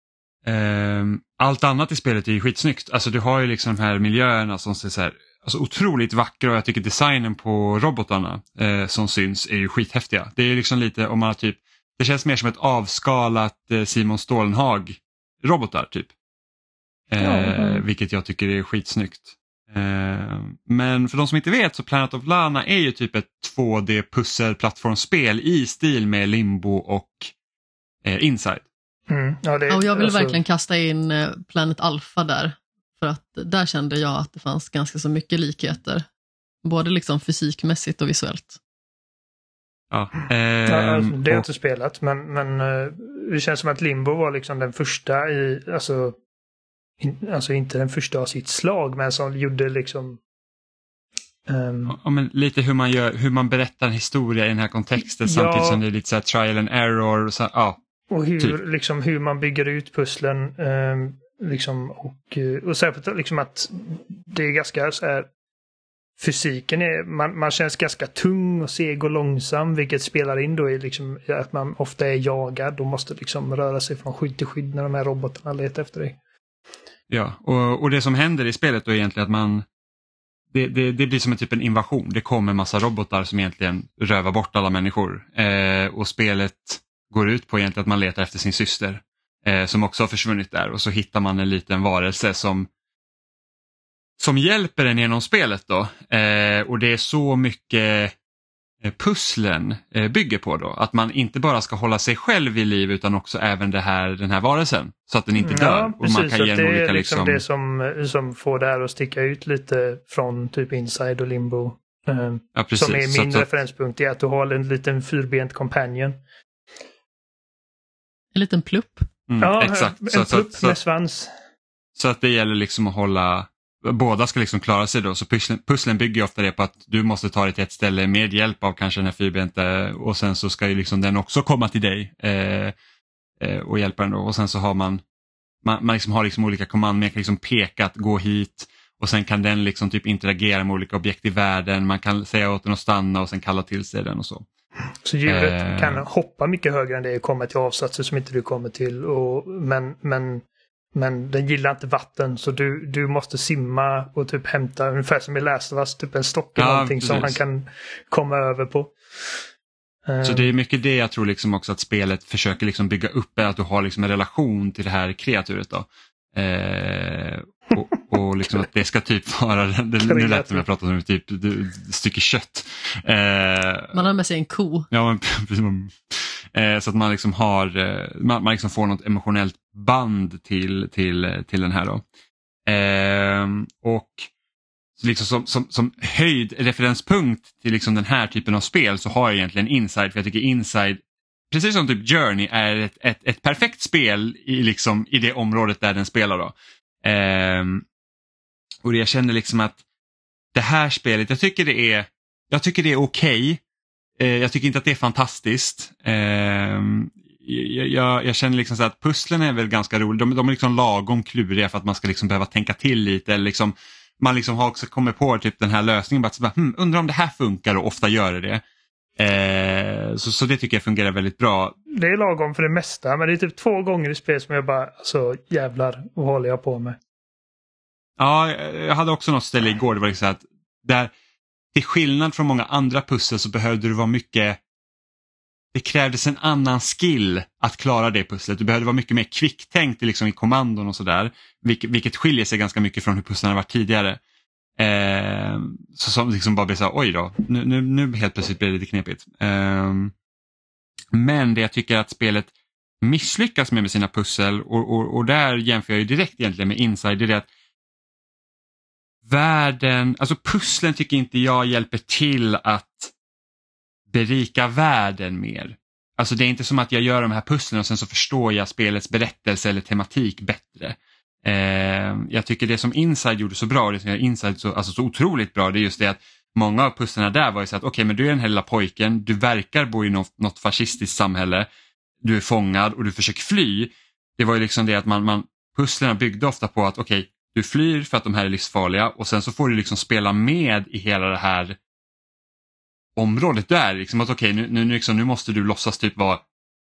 [SPEAKER 1] eh, allt annat i spelet är ju skitsnyggt. Alltså du har ju liksom de här miljöerna som ser så här, alltså otroligt vackra, och jag tycker designen på robotarna eh, som syns är ju skithäftiga. Det är liksom lite, om man har typ, det känns mer som ett avskalat eh, Simon Stålenhag robotar typ. Eh,
[SPEAKER 3] Ja, mm.
[SPEAKER 1] Vilket jag tycker är skitsnyggt. Eh, men för de som inte vet, så Planet of Lana är ju typ ett två D-pusselplattformsspel i stil med Limbo och eh, Inside.
[SPEAKER 3] Mm. Ja, det,
[SPEAKER 2] Ja, och jag vill
[SPEAKER 3] alltså,
[SPEAKER 2] verkligen kasta in eh, Planet Alpha där. För att där kände jag att det fanns ganska så mycket likheter. Både liksom fysikmässigt och visuellt.
[SPEAKER 1] Ja, eh,
[SPEAKER 3] ja, alltså, det har jag
[SPEAKER 1] och,
[SPEAKER 3] inte spelat, men, men eh, det känns som att Limbo var liksom den första i, alltså, in, alltså inte den första av sitt slag, men som gjorde liksom um,
[SPEAKER 1] ja, men lite hur man gör, hur man berättar en historia i den här kontexten, samtidigt
[SPEAKER 3] ja,
[SPEAKER 1] som det är lite så här trial and error och så, ja.
[SPEAKER 3] och hur,
[SPEAKER 1] typ.
[SPEAKER 3] liksom, hur man bygger ut pusslen um, liksom, och, och särskilt liksom att det är ganska så här, fysiken är, man, man känns ganska tung och seg och långsam, vilket spelar in då i liksom att man ofta är jagad och måste liksom röra sig från skydd till skydd när de här robotarna letar efter dig.
[SPEAKER 1] Ja, och, och det som händer i spelet då är egentligen att man det, det, det blir som en typ en invasion. Det kommer en massa robotar som egentligen rövar bort alla människor. Eh, och spelet går ut på egentligen att man letar efter sin syster eh, som också har försvunnit där, och så hittar man en liten varelse som som hjälper en genom spelet då. Eh, och det är så mycket eh, pusslen eh, bygger på då. Att man inte bara ska hålla sig själv i liv, utan också även det här, den här varelsen. Så att den inte dör.
[SPEAKER 3] Ja, precis.
[SPEAKER 1] Och man kan ge
[SPEAKER 3] det
[SPEAKER 1] olika,
[SPEAKER 3] är liksom,
[SPEAKER 1] liksom
[SPEAKER 3] det som, som får det här att sticka ut lite från typ Inside och Limbo. Eh,
[SPEAKER 1] ja, precis.
[SPEAKER 3] som är
[SPEAKER 1] Så
[SPEAKER 3] min
[SPEAKER 1] att,
[SPEAKER 3] referenspunkt är att du har en liten fyrbent companion.
[SPEAKER 2] En liten plupp.
[SPEAKER 1] Mm,
[SPEAKER 3] Ja,
[SPEAKER 1] exakt.
[SPEAKER 3] en
[SPEAKER 1] Så, så,
[SPEAKER 3] plupp
[SPEAKER 1] så,
[SPEAKER 3] med svans.
[SPEAKER 1] så att det gäller liksom att hålla, båda ska liksom klara sig då. Så pusslen, pusslen bygger ofta det på att du måste ta dig till ett ställe med hjälp av kanske den här fyrbenta, och sen så ska ju liksom den också komma till dig eh, eh, och hjälpa den då. Och sen så har man, man, man liksom har liksom olika kommand, man kan liksom peka att gå hit, och sen kan den liksom typ interagera med olika objekt i världen. Man kan säga åt den att stanna och sen kalla till sig den och så.
[SPEAKER 3] Så djuret
[SPEAKER 1] Eh.
[SPEAKER 3] kan hoppa mycket högre än det och komma till avsatser som inte du kommer till. Och, men, men, men den gillar inte vatten, så du, du måste simma och typ hämta, ungefär som i Last of Us, typ en stock eller
[SPEAKER 1] Ja,
[SPEAKER 3] någonting som han
[SPEAKER 1] precis.
[SPEAKER 3] kan komma över på.
[SPEAKER 1] Så det är mycket det jag tror liksom också att spelet försöker liksom bygga upp, är att du har liksom en relation till det här kreaturet då. Eh, och, och liksom att det ska typ vara, det, nu lät det som jag pratade om typ ett stycke kött. Eh,
[SPEAKER 2] Man har med sig en ko.
[SPEAKER 1] ja, men, precis, eh, så att man liksom har, eh, man, man liksom får något emotionellt band till, till, till den här då. Eh, och liksom som, som, som höjd referenspunkt till liksom den här typen av spel så har jag egentligen Inside, för jag tycker Inside, precis som typ Journey, är ett, ett, ett perfekt spel i, liksom, i det området där den spelar då. Ehm, och jag känner liksom att det här spelet, jag tycker det är jag tycker det är okej. Okay. Eh, jag tycker inte att det är fantastiskt. Ehm, jag, jag, jag känner liksom så att pusslen är väl ganska roliga. De, de är liksom lagom kluriga för att man ska liksom behöva tänka till lite, eller liksom man liksom har också kommit på typ den här lösningen, bara, så bara hm, undrar om det här funkar, och ofta gör det det. Eh, så, så det tycker jag fungerar väldigt bra.
[SPEAKER 3] Det är lagom för det mesta, men det är typ två gånger i spel som jag bara, alltså jävlar, vad håller jag på med?
[SPEAKER 1] Ja, jag hade också något ställe igår, det var liksom att där, till skillnad från många andra pussel så behövde du vara mycket, det krävdes en annan skill att klara det pusslet. Du behövde vara mycket mer kvicktänkt liksom i kommandon och sådär, vilket, vilket skiljer sig ganska mycket från hur pusslen har varit tidigare. Eh, så som liksom bara blir så här, oj då, nu, nu, nu helt plötsligt blir det lite knepigt. Eh, men det jag tycker att spelet misslyckas med med sina pussel, och, och, och där jämför jag ju direkt egentligen med Inside, det är det att världen, alltså pusslen tycker inte jag hjälper till att berika världen mer. Alltså det är inte som att jag gör de här pusslen och sen så förstår jag spelets berättelse eller tematik bättre. Eh, jag tycker det som Inside gjorde så bra, och det som Inside så, alltså så otroligt bra, det är just det att många av pusslarna där var ju så att okej, okay, men du är den här lilla pojken, du verkar bo i något, något fascistiskt samhälle, du är fångad och du försöker fly. Det var ju liksom det att man, man pusslarna byggde ofta på att okej, okay, du flyr för att de här är livsfarliga, och sen så får du liksom spela med i hela det här området där, liksom att okej, okay, nu, nu, liksom, nu måste du låtsas typ vara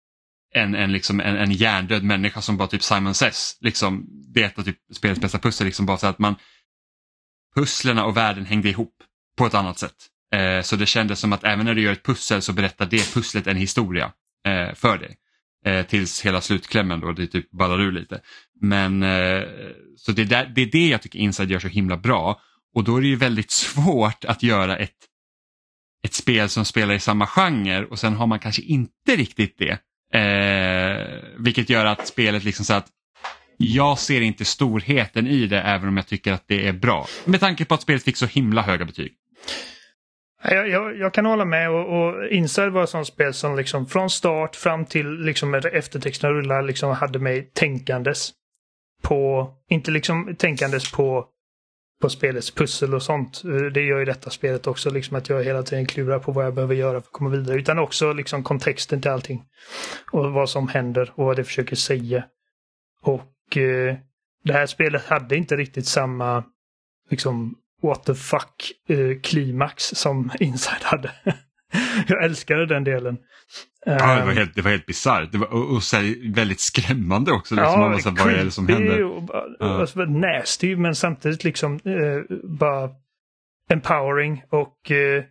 [SPEAKER 1] en, en, liksom, en, en hjärndöd människa som bara typ Simon Says. Liksom, det är ett av typ spelets bästa pussel. Liksom bara så att man pusslerna och världen hängde ihop på ett annat sätt. Eh, så det kändes som att även när du gör ett pussel så berättar det pusslet en historia eh, för dig. Eh, tills hela slutklämmen då, det typ ballar ur lite. Men eh, så det, där, det är det jag tycker Inside gör så himla bra. Och då är det ju väldigt svårt att göra ett, ett spel som spelar i samma genre och sen har man kanske inte riktigt det. Eh, vilket gör att spelet liksom så att jag ser inte storheten i det även om jag tycker att det är bra. Med tanke på att spelet fick så himla höga betyg.
[SPEAKER 3] Jag, jag, jag kan hålla med och, och Inside var ett sånt spel som liksom från start fram till liksom eftertexterna rullar liksom hade mig tänkandes på, inte liksom tänkandes på på spelets pussel och sånt. Det gör ju detta spelet också, liksom att jag hela tiden klurar på vad jag behöver göra för att komma vidare, utan också liksom kontexten till allting och vad som händer och vad det försöker säga. Och eh, det här spelet hade inte riktigt samma liksom what the fuck eh, klimax som Inside hade. Jag älskade den delen.
[SPEAKER 1] Ja, det var helt, det var helt bizarrt. Det var och, och så här, väldigt skrämmande också. Liksom,
[SPEAKER 3] ja,
[SPEAKER 1] massa, vad är det som händer?
[SPEAKER 3] Och, ja. Alltså, nasty, men samtidigt liksom eh, bara empowering och eh,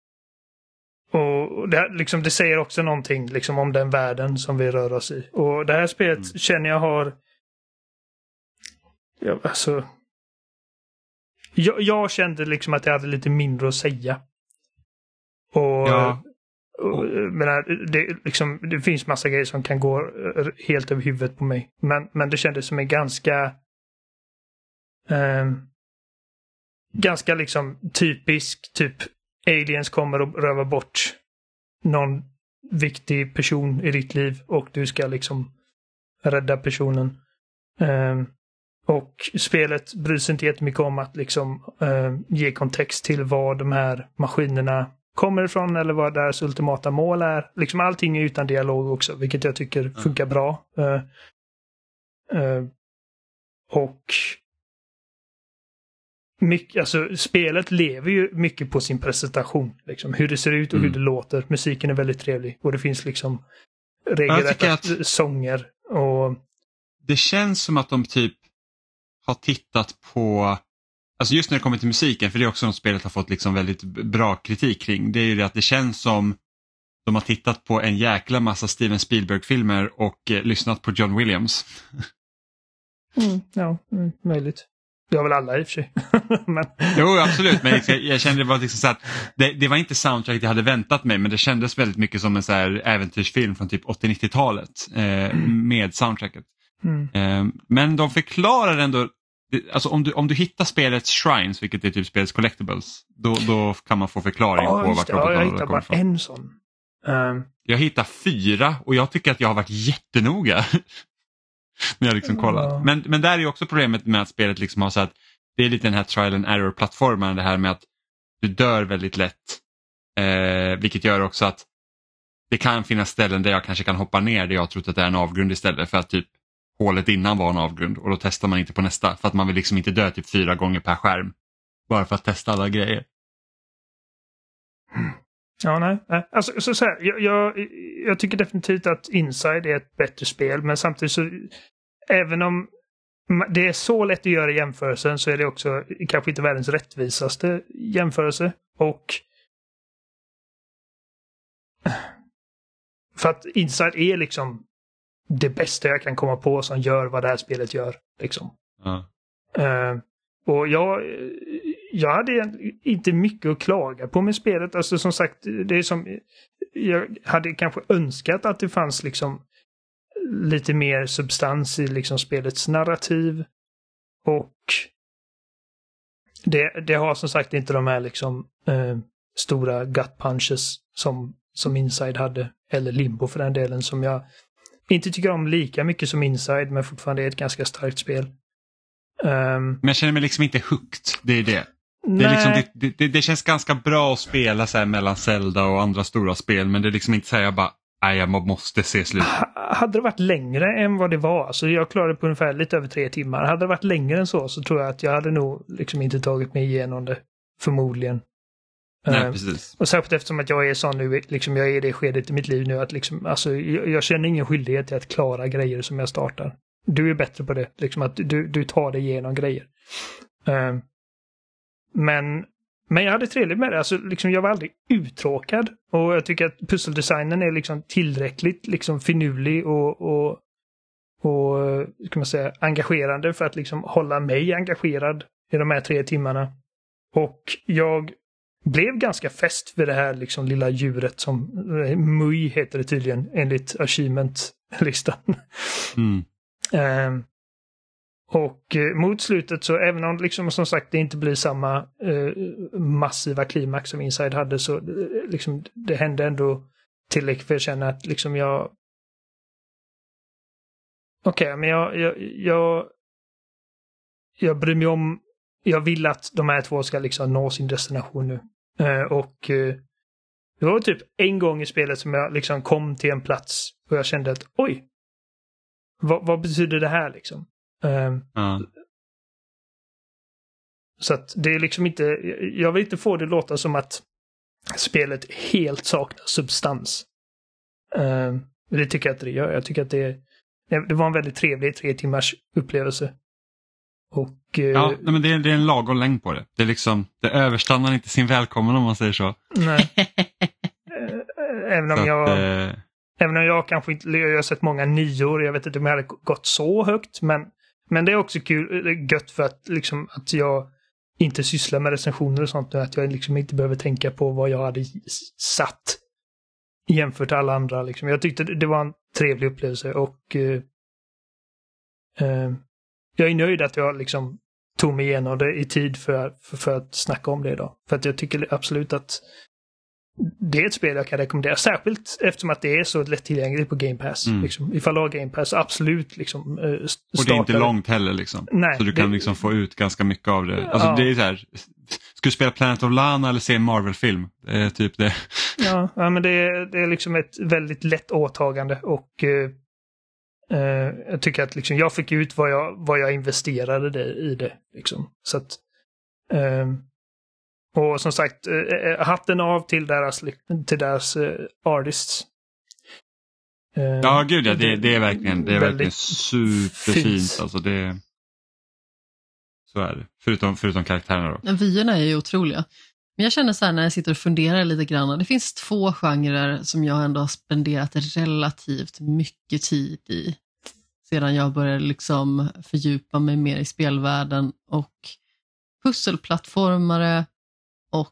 [SPEAKER 3] och det, liksom, det säger också någonting liksom, om den världen som vi rör oss i. Och det här spelet mm. känner jag har ja, alltså jag, jag kände liksom att jag hade lite mindre att säga. Och
[SPEAKER 1] ja.
[SPEAKER 3] Och, menar, det, liksom, det finns massa grejer som kan gå helt över huvudet på mig. Men, men det kändes som en ganska eh, ganska liksom typisk typ aliens kommer och rövar bort någon viktig person i ditt liv och du ska liksom rädda personen. Eh, och spelet bryr sig inte jättemycket om att liksom eh, ge kontext till vad de här maskinerna kommer ifrån eller vad deras ultimata mål är. Liksom allting är utan dialog också, vilket jag tycker funkar mm. bra. Uh, uh, och mycket, alltså, spelet lever ju mycket på sin presentation. Liksom, hur det ser ut och mm. hur det låter. Musiken är väldigt trevlig och det finns liksom regelrätta att sånger. Och...
[SPEAKER 1] Det känns som att de typ har tittat på, alltså just när det kommer till musiken, för det är också något spelet har fått liksom väldigt bra kritik kring, det är ju det att det känns som de har tittat på en jäkla massa Steven Spielberg-filmer och eh, lyssnat på John Williams.
[SPEAKER 3] Mm, ja, mm, möjligt. Det har väl alla i och för sig. men...
[SPEAKER 1] Jo, absolut, men jag, jag kände det var liksom så att det, det var inte soundtracket jag hade väntat mig, men det kändes väldigt mycket som en så här äventyrsfilm från typ åttio-nittiotalet eh, mm. med soundtracket. Mm. Eh, men de förklarar ändå, alltså om du, om du hittar spelets shrines, vilket är typ spelets collectibles, då, då kan man få förklaring
[SPEAKER 3] oh,
[SPEAKER 1] på vart robotarna
[SPEAKER 3] ja, jag
[SPEAKER 1] kommer
[SPEAKER 3] bara
[SPEAKER 1] från.
[SPEAKER 3] En sån. Um...
[SPEAKER 1] Jag hittar fyra och jag tycker att jag har varit jättenoga när jag liksom kollat. Ja. Men, men där är ju också problemet med att spelet liksom har så att det är lite den här trial and error plattformen, det här med att du dör väldigt lätt. Eh, vilket gör också att det kan finnas ställen där jag kanske kan hoppa ner där jag trott att det är en avgrund istället, för att typ hålet innan var en avgrund och då testar man inte på nästa för att man vill liksom inte dö typ fyra gånger per skärm bara för att testa alla grejer.
[SPEAKER 3] Ja, nej. Alltså, så, så här, jag, jag, jag tycker definitivt att Inside är ett bättre spel, men samtidigt så även om det är så lätt att göra jämförelsen så är det också kanske inte världens rättvisaste jämförelse. Och för att Inside är liksom det bästa jag kan komma på som gör vad det här spelet gör. Liksom.
[SPEAKER 1] Mm.
[SPEAKER 3] Uh, och jag, jag hade inte mycket att klaga på med spelet. Alltså som sagt, det är som jag hade kanske önskat att det fanns liksom lite mer substans i liksom spelets narrativ. Och det, det har som sagt inte de här liksom uh, stora gut punches som, som Inside hade. Eller Limbo för den delen, som jag inte tycker om lika mycket som Inside, men fortfarande är ett ganska starkt spel. Um,
[SPEAKER 1] men jag känner mig liksom inte hooked, det är det. Det, är liksom, det, det, det känns ganska bra att spela så här mellan Zelda och andra stora spel, men det är liksom inte så här jag bara, nej, jag måste se slut.
[SPEAKER 3] H- hade det varit längre än vad det var, alltså jag klarade på ungefär lite över tre timmar. Hade det varit längre än så så tror jag att jag hade nog liksom inte tagit mig igenom det, förmodligen.
[SPEAKER 1] Nej,
[SPEAKER 3] Uh,
[SPEAKER 1] precis.
[SPEAKER 3] och särskilt eftersom att jag är sån nu, liksom jag är i det skedet i mitt liv nu att liksom, alltså, jag, jag känner ingen skyldighet till att klara grejer som jag startar. Du är bättre på det, liksom att du, du tar dig igenom grejer. Uh, men, men jag hade trevligt med det, alltså liksom jag var aldrig uttråkad och jag tycker att pusseldesignen är liksom tillräckligt liksom finurlig och, och, och kan man säga, engagerande för att liksom hålla mig engagerad i de här tre timmarna. Och jag blev ganska fäst vid det här liksom lilla djuret som Mui heter det tydligen enligt achievement-listan.
[SPEAKER 1] Mm.
[SPEAKER 3] um, och uh, mot slutet så även om liksom som sagt det inte blir samma uh, massiva klimax som Inside hade så uh, liksom det hände ändå tillräckligt för att känna att liksom jag okej, okay, men jag, jag jag jag bryr mig om jag vill att de här två ska liksom nå sin destination nu. Uh, och uh, det var typ en gång i spelet som jag liksom kom till en plats och jag kände att oj, vad, vad betyder det här liksom? Uh,
[SPEAKER 1] Ja.
[SPEAKER 3] Så att det är liksom inte, jag vill inte få det låta som att spelet helt saknar substans. Uh, det tycker jag inte det gör. Jag tycker att det, det var en väldigt trevlig tre timmars upplevelse. Och,
[SPEAKER 1] Ja, nej, men det är, det är en lagom längd på det. Det är liksom, det överstannar inte sin välkommen om man säger så.
[SPEAKER 3] Nej. även, om
[SPEAKER 1] så
[SPEAKER 3] jag,
[SPEAKER 1] att, eh...
[SPEAKER 3] även om jag kanske inte, jag har sett många nior, jag vet inte om jag hade gått så högt, men, men det är också kul, gött för att, liksom, att jag inte sysslar med recensioner och sånt nu, att jag liksom inte behöver tänka på vad jag hade satt jämfört med alla andra. Liksom. Jag tyckte det var en trevlig upplevelse och eh, eh, jag är nöjd att jag liksom tog mig igenom det i tid för, för, för att snacka om det idag. För att jag tycker absolut att det är ett spel jag kan rekommendera. Särskilt eftersom att det är så lättillgängligt på Game Pass. Mm. Liksom. Ifall du har Game Pass, absolut. Liksom, eh,
[SPEAKER 1] och det är inte långt heller. Liksom.
[SPEAKER 3] Nej,
[SPEAKER 1] så du kan
[SPEAKER 3] det...
[SPEAKER 1] liksom få ut ganska mycket av det. Alltså,
[SPEAKER 3] ja.
[SPEAKER 1] det är så här, ska du spela Planet of Lana eller se en Marvel-film? Det är typ det.
[SPEAKER 3] Ja, ja men det är, det är liksom ett väldigt lätt åtagande. Och eh, eh, jag tycker att liksom, jag fick ut vad jag, vad jag investerade det, i det. Liksom. Så att... Eh, Och som sagt, eh, hatten av till deras, till deras eh, artists.
[SPEAKER 1] Eh, ja, gud ja, det, det är verkligen, det är verkligen superfint. Fint. Alltså det, så är det. Förutom, förutom karaktärerna då.
[SPEAKER 2] Vyerna är ju otroliga. Men jag känner så här när jag sitter och funderar lite grann. Det finns två genrer som jag ändå har spenderat relativt mycket tid i. Sedan jag började liksom fördjupa mig mer i spelvärlden. Och pusselplattformare och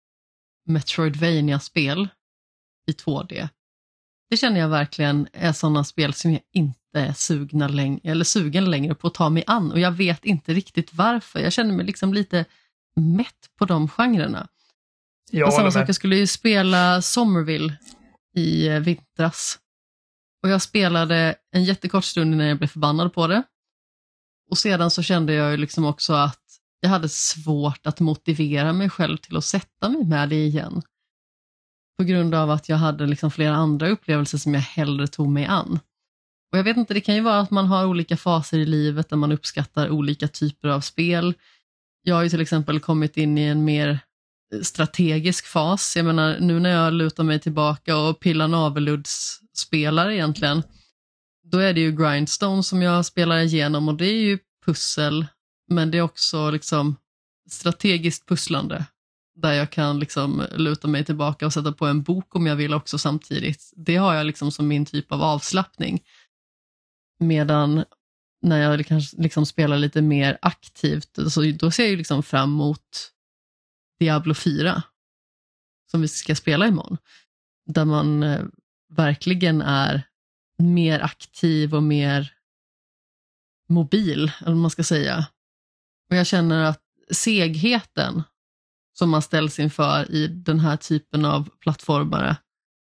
[SPEAKER 2] Metroidvania-spel i två D. Det känner jag verkligen är sådana spel som jag inte är sugna läng- eller sugen längre på att ta mig an. Och jag vet inte riktigt varför. Jag känner mig liksom lite mätt på de genrerna. Och samma sak, jag skulle ju spela Somerville i vintras. Och jag spelade en jättekort stund innan jag blev förbannad på det. Och sedan så kände jag ju liksom också att jag hade svårt att motivera mig själv till att sätta mig med det igen. På grund av att jag hade liksom flera andra upplevelser som jag hellre tog mig an. Och jag vet inte, det kan ju vara att man har olika faser i livet där man uppskattar olika typer av spel. Jag har ju till exempel kommit in i en mer strategisk fas. Jag menar, nu när jag lutar mig tillbaka och pillar naveludds spelar egentligen, då är det ju Grindstone som jag spelar igenom och det är ju pussel. Men det är också liksom strategiskt pusslande där jag kan liksom luta mig tillbaka och sätta på en bok om jag vill också samtidigt. Det har jag liksom som min typ av avslappning. Medan när jag kanske liksom spelar lite mer aktivt så då ser jag ju liksom fram emot Diablo fyra som vi ska spela imorgon. Där man eh, verkligen är mer aktiv och mer mobil, eller vad man ska säga. Och jag känner att segheten som man ställs inför i den här typen av plattformare,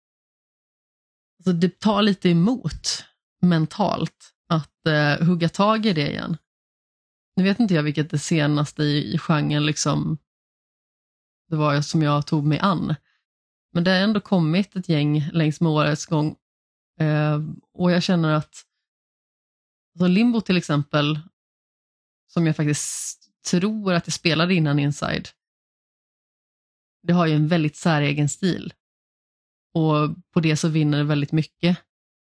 [SPEAKER 2] alltså det tar lite emot mentalt att eh, hugga tag i det igen. Nu vet inte jag vilket det senaste i, i genren liksom det var som jag tog mig an. Men det har ändå kommit ett gäng längs med årets gång. Eh, och jag känner att alltså Limbo till exempel, som jag faktiskt tror att jag spelade innan Inside. det har ju en väldigt säregen stil. Och på det så vinner det väldigt mycket.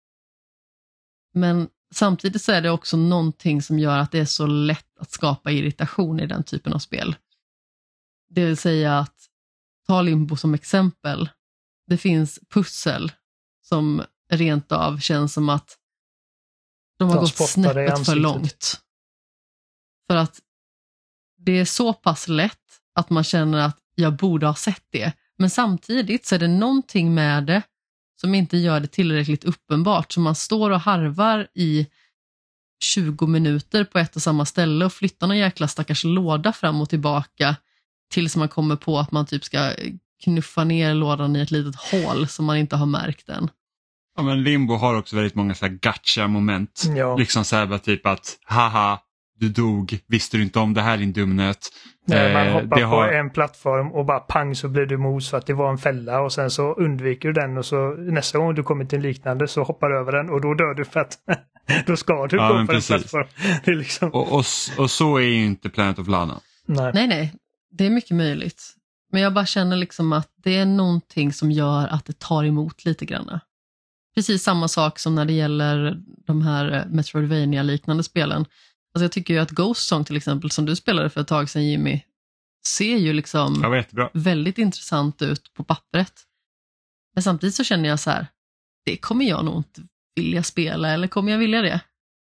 [SPEAKER 2] Men samtidigt så är det också någonting som gör att det är så lätt att skapa irritation i den typen av spel. Det vill säga att ta Limbo som exempel. Det finns pussel som rent av känns som att de har
[SPEAKER 3] De
[SPEAKER 2] gått
[SPEAKER 3] spottar dig i
[SPEAKER 2] snäppet för
[SPEAKER 3] ansiktet.
[SPEAKER 2] långt. För att det är så pass lätt att man känner att jag borde ha sett det. Men samtidigt så är det någonting med det som inte gör det tillräckligt uppenbart. Så man står och harvar i tjugo minuter på ett och samma ställe och flyttar någon jäkla stackars låda fram och tillbaka tills man kommer på att man typ ska knuffa ner lådan i ett litet hål som man inte har märkt än.
[SPEAKER 1] Ja, men Limbo har också väldigt många så här gotcha-moment.
[SPEAKER 3] Ja.
[SPEAKER 1] Liksom så här bara typ att, haha, du dog, visste du inte om det här din dumnöt.
[SPEAKER 3] Nej, man
[SPEAKER 1] Eh,
[SPEAKER 3] hoppar
[SPEAKER 1] det har...
[SPEAKER 3] på en plattform och bara pang så blir du mos för att det var en fälla och sen så undviker du den och så nästa gång du kommer till en liknande så hoppar du över den och då dör du för att då ska du
[SPEAKER 1] Ja,
[SPEAKER 3] gå
[SPEAKER 1] men
[SPEAKER 3] på en
[SPEAKER 1] precis.
[SPEAKER 3] plattform. Det är liksom...
[SPEAKER 1] och, och, och så är ju inte Planet of Lana.
[SPEAKER 3] Nej.
[SPEAKER 2] Nej, nej. Det är mycket möjligt. Men jag bara känner liksom att det är någonting som gör att det tar emot lite grann. Precis samma sak som när det gäller de här Metroidvania-liknande spelen. Alltså jag tycker ju att Ghost Song till exempel, som du spelade för ett tag sedan Jimmy, ser ju liksom
[SPEAKER 1] Ja, jättebra.
[SPEAKER 2] väldigt intressant ut på pappret. Men samtidigt så känner jag så här, det kommer jag nog inte vilja spela, eller kommer jag vilja det?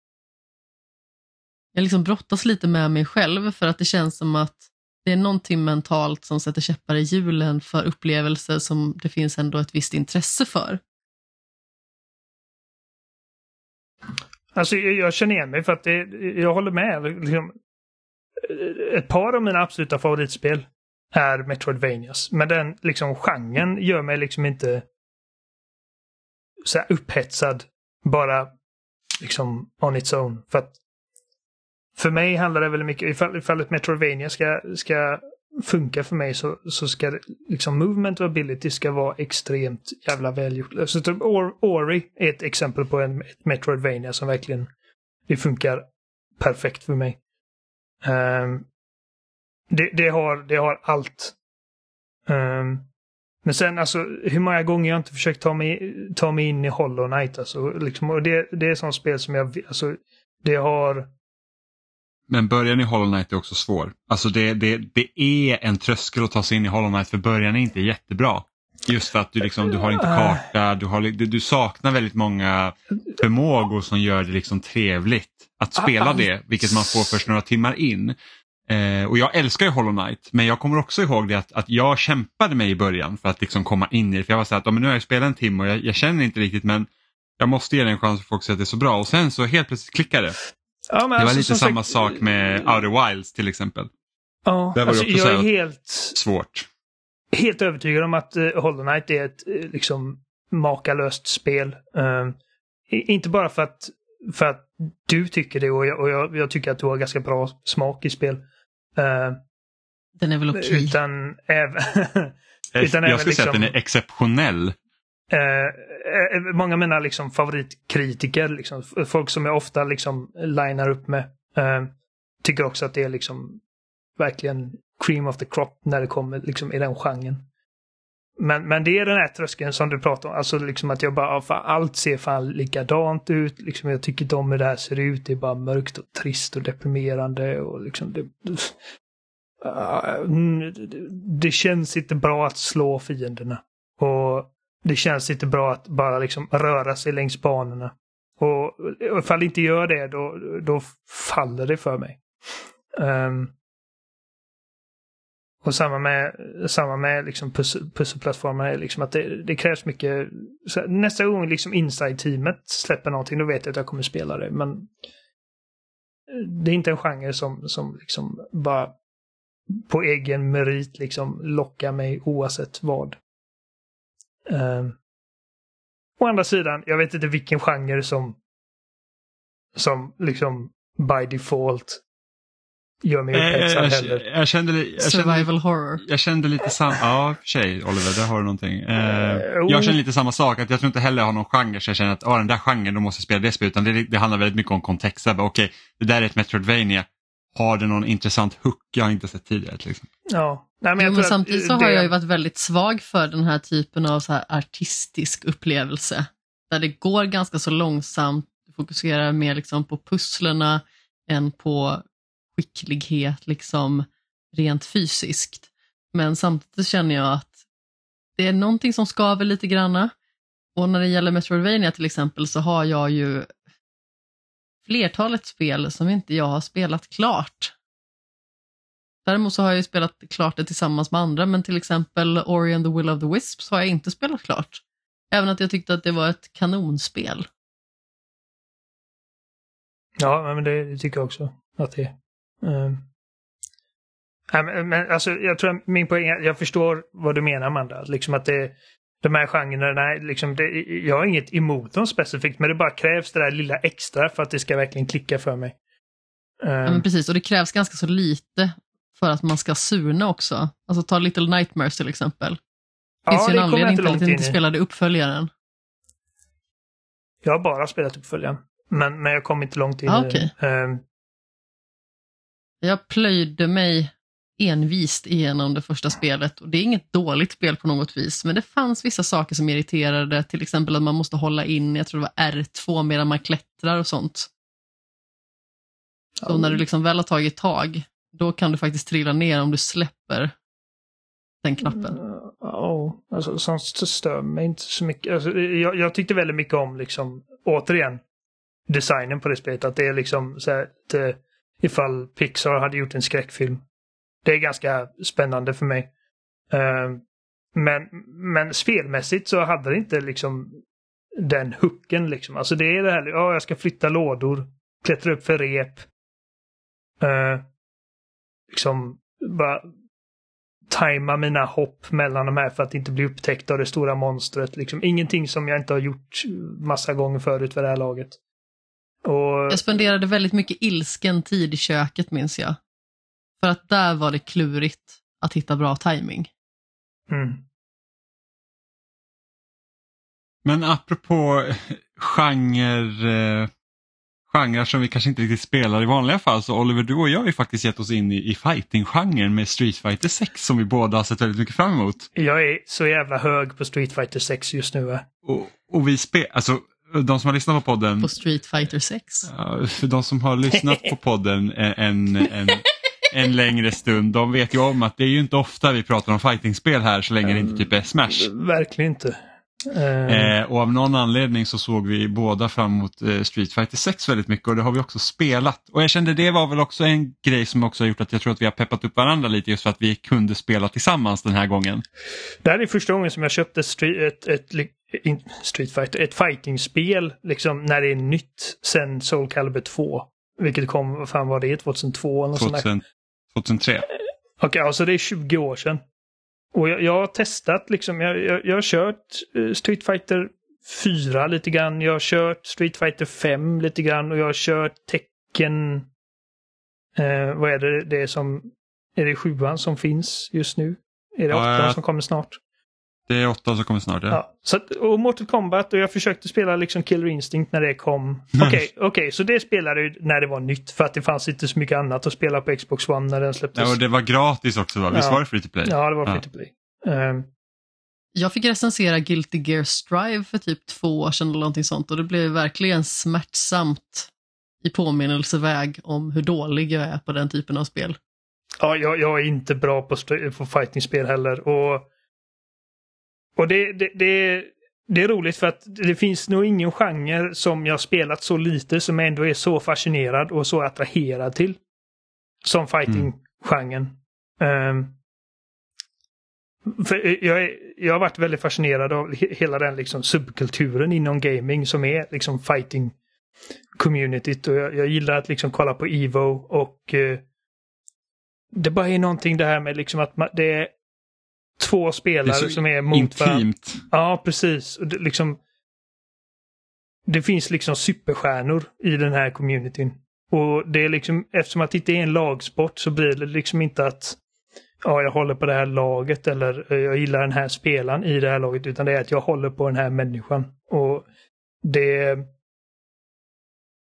[SPEAKER 2] Jag liksom brottas lite med mig själv för att det känns som att det är någonting mentalt som sätter käppar i hjulen för upplevelser som det finns ändå ett visst intresse för.
[SPEAKER 3] Alltså jag, jag känner igen mig för att det, jag håller med. Liksom, ett par av mina absoluta favoritspel är Metroidvanias. Men den liksom genren gör mig liksom inte så här upphetsad bara liksom on its own. För att för mig handlar det väldigt mycket, ifall, ifall ett Metroidvania ska, ska funka för mig så, så ska det, liksom movement och ability ska vara extremt jävla välgjort. Så typ Or- Ori är ett exempel på en, ett Metroidvania som verkligen det funkar perfekt för mig. Um, det, det, har, det har allt. Um, men sen alltså hur många gånger jag inte försökt ta mig, ta mig in i Hollow Knight alltså, liksom, och det, det är sånt spel som jag alltså, det har.
[SPEAKER 1] Men början i Hollow Knight är också svår. Alltså det, det, det är en tröskel att ta sig in i Hollow Knight, för början är inte jättebra. Just för att du, liksom, du har inte karta, du, har, du, du saknar väldigt många förmågor som gör det liksom trevligt att spela det, vilket man får först några timmar in. Eh, och jag älskar ju Hollow Knight, men jag kommer också ihåg det att, att jag kämpade mig i början för att liksom komma in i det. För jag var så här att, men nu har jag spelat en timme och jag, jag känner inte riktigt, men jag måste ge det en chans för folk säger att det är så bra. Och sen så helt plötsligt klickade det.
[SPEAKER 3] Ja, men
[SPEAKER 1] det var
[SPEAKER 3] alltså,
[SPEAKER 1] lite samma
[SPEAKER 3] sagt,
[SPEAKER 1] sak med Outer Wilds till exempel.
[SPEAKER 3] Ja,
[SPEAKER 1] Där var
[SPEAKER 3] alltså,
[SPEAKER 1] det också
[SPEAKER 3] jag är
[SPEAKER 1] så här
[SPEAKER 3] helt,
[SPEAKER 1] svårt.
[SPEAKER 3] helt övertygad om att uh, Hollow Knight är ett uh, liksom makalöst spel. Uh, inte bara för att, för att du tycker det och, jag, och jag, jag tycker att du har ganska bra smak i spel. Uh,
[SPEAKER 2] Den är väl okej. Okay.
[SPEAKER 3] Utan även...
[SPEAKER 1] jag
[SPEAKER 3] utan
[SPEAKER 1] jag
[SPEAKER 3] även
[SPEAKER 1] skulle
[SPEAKER 3] liksom,
[SPEAKER 1] säga att den är exceptionell.
[SPEAKER 3] Uh, många av mina liksom, favoritkritiker, liksom, folk som jag ofta liksom, linar upp med, uh, tycker också att det är liksom, verkligen cream of the crop när det kommer liksom, i den genren. Men, men det är den här tröskeln som du pratar om. Alltså liksom att jag bara, fan, allt ser fan likadant ut. Liksom, jag tycker inte om hur det här ser ut. Det är bara mörkt och trist och deprimerande. Och liksom det, uh, det känns inte bra att slå fienderna. Och det känns inte bra att bara liksom röra sig längs banorna. Och ifall det inte gör det, då, då faller det för mig. Um, och samma med, samma med liksom pussel, pusselplattformar är liksom att det, det krävs mycket. Så nästa gång liksom inside-teamet släpper någonting, då vet jag att jag kommer spela det. Men det är inte en genre som, som liksom bara på egen merit liksom lockar mig oavsett vad. Um, å andra sidan, jag vet inte vilken genre som som liksom by default gör mig upphetsad
[SPEAKER 1] jag,
[SPEAKER 3] heller.
[SPEAKER 1] Jag, jag, kände, jag,
[SPEAKER 2] Survival
[SPEAKER 1] kände,
[SPEAKER 2] horror.
[SPEAKER 1] jag kände lite samma... Ja, för sig, Oliver, där har du någonting. Eh, jag känner lite samma sak, att jag tror inte heller jag har någon genre, så jag känner att ah, den där genren, då måste jag spela det spelet. Utan det, det handlar väldigt mycket om kontext. Okej, okay, det där är ett Metroidvania. har det någon intressant hook jag har inte sett tidigare till exempel.
[SPEAKER 3] Ja. Nej, men,
[SPEAKER 2] jo,
[SPEAKER 3] jag
[SPEAKER 2] men
[SPEAKER 3] tror
[SPEAKER 2] samtidigt så
[SPEAKER 3] att
[SPEAKER 2] har
[SPEAKER 3] det...
[SPEAKER 2] jag ju varit väldigt svag för den här typen av så här artistisk upplevelse. Där det går ganska så långsamt, du fokuserar mer liksom på pusslerna än på skicklighet liksom rent fysiskt. Men samtidigt känner jag att det är någonting som skaver lite granna. Och när det gäller Metroidvania till exempel så har jag ju flertalet spel som inte jag har spelat klart. Däremot så har jag ju spelat klart det tillsammans med andra, men till exempel Ori and the Will of the Wisps har jag inte spelat klart. Även att jag tyckte att det var ett kanonspel.
[SPEAKER 3] Ja, men det tycker jag också att det är. Um... Ja, men, men alltså, jag tror att min poäng är, jag förstår vad du menar, Amanda. Liksom att det, de här genrerna, liksom det, jag har inget emot dem specifikt, men det bara krävs det där lilla extra för att det ska verkligen klicka för mig. Um...
[SPEAKER 2] Ja, men precis, och det krävs ganska så lite för att man ska surna också. Alltså ta Little Nightmares till exempel. Det finns
[SPEAKER 3] ja,
[SPEAKER 2] ju en anledning till att jag inte
[SPEAKER 3] i.
[SPEAKER 2] spelade uppföljaren.
[SPEAKER 3] Jag har bara spelat uppföljaren. Men, men jag kom inte långt in
[SPEAKER 2] ah,
[SPEAKER 3] i
[SPEAKER 2] okay.
[SPEAKER 3] det. Um...
[SPEAKER 2] Jag plöjde mig envist igenom det första spelet. Och det är inget dåligt spel på något vis. Men det fanns vissa saker som irriterade. Till exempel att man måste hålla in, jag tror det var R två medan man klättrar och sånt. Så mm. när du liksom väl har tagit tag, då kan du faktiskt trilla ner om du släpper den knappen.
[SPEAKER 3] Ja, uh, oh, alltså sånt stör mig inte så mycket. Alltså, jag, jag tyckte väldigt mycket om, liksom, återigen, designen på det spelet. Att det är liksom så här, att, ifall Pixar hade gjort en skräckfilm. Det är ganska spännande för mig. Uh, men, men spelmässigt så hade det inte liksom den hooken liksom. Alltså det är det här, ja, jag ska flytta lådor, klättra upp för rep. Uh, liksom bara tajma mina hopp mellan de här för att inte bli upptäckt av det stora monstret. Liksom ingenting som jag inte har gjort massa gånger förut för det här laget. Och...
[SPEAKER 2] Jag spenderade väldigt mycket ilsken tid i köket, minns jag. För att där var det klurigt att hitta bra timing.
[SPEAKER 3] Mm.
[SPEAKER 1] Men apropå genre, genrer som vi kanske inte riktigt spelar i vanliga fall, så Oliver, du och jag har ju faktiskt gett oss in i, i fighting-genren med Street Fighter sex som vi båda har sett väldigt mycket fram emot.
[SPEAKER 3] Jag är så jävla hög på Street Fighter sex just nu. Va?
[SPEAKER 1] Och, och vi spelar, alltså de som har lyssnat på podden...
[SPEAKER 2] På Street Fighter sex?
[SPEAKER 1] Ja, för de som har lyssnat på podden en, en, en längre stund, de vet ju om att det är ju inte ofta vi pratar om fighting-spel här så länge det inte typ är Smash.
[SPEAKER 3] Verkligen inte.
[SPEAKER 1] Eh, och av någon anledning så såg vi båda fram emot eh, Street Fighter sex väldigt mycket, och det har vi också spelat. Och jag kände det var väl också en grej som också har gjort att jag tror att vi har peppat upp varandra lite, just för att vi kunde spela tillsammans den här gången. Det
[SPEAKER 3] här är första gången som jag köpte street, ett, ett, ett, Street Fighter, ett fighting-spel liksom, när det är nytt sen Soul Calibur två. Vilket kom, vad fan var det, tjugohundratvå eller något
[SPEAKER 1] tjugohundra, tjugohundratre.
[SPEAKER 3] Okej, okay, alltså det är tjugo år sedan. Och jag, jag har testat, liksom, jag, jag, jag har kört uh, Street Fighter fyra lite grann, jag har kört Street Fighter fem lite grann och jag har kört Tekken, uh, vad är det, det är som, är det sjuan som finns just nu? Är det åttan ja, som kommer snart?
[SPEAKER 1] Det är åttan som kommer snart, ja.
[SPEAKER 3] ja så att, och Mortal Kombat, och jag försökte spela liksom Killer Instinct när det kom. Okej, okay, okej, okay, så det spelade ju när det var nytt, för att det fanns inte så mycket annat att spela på Xbox One när den släpptes.
[SPEAKER 1] Ja, och det var gratis också, va? Visst
[SPEAKER 3] ja.
[SPEAKER 1] var det free to play?
[SPEAKER 3] Ja, det var free to play. Um,
[SPEAKER 2] jag fick recensera Guilty Gear Strive för typ två år sedan eller någonting sånt, och det blev verkligen smärtsamt i påminnelseväg om hur dålig jag är på den typen av spel.
[SPEAKER 3] Ja, jag, jag är inte bra på, på fighting-spel heller, och Och det, det, det, det är roligt för att det finns nog ingen genre som jag spelat så lite som ändå är så fascinerad och så attraherad till som fighting-genren. Mm. Um, för jag, är, jag har varit väldigt fascinerad av hela den liksom subkulturen inom gaming som är liksom fighting-communityt, och jag, jag gillar att liksom kolla på Evo, och uh, det bara är någonting det här med liksom att man, det är två spelare är som är mot varandra. Ja, precis. Och det, liksom, det finns liksom superstjärnor i den här communityn. Och det är liksom, eftersom att det inte är en lagsport så blir det liksom inte att ja, jag håller på det här laget eller jag gillar den här spelaren i det här laget, utan det är att jag håller på den här människan. Och det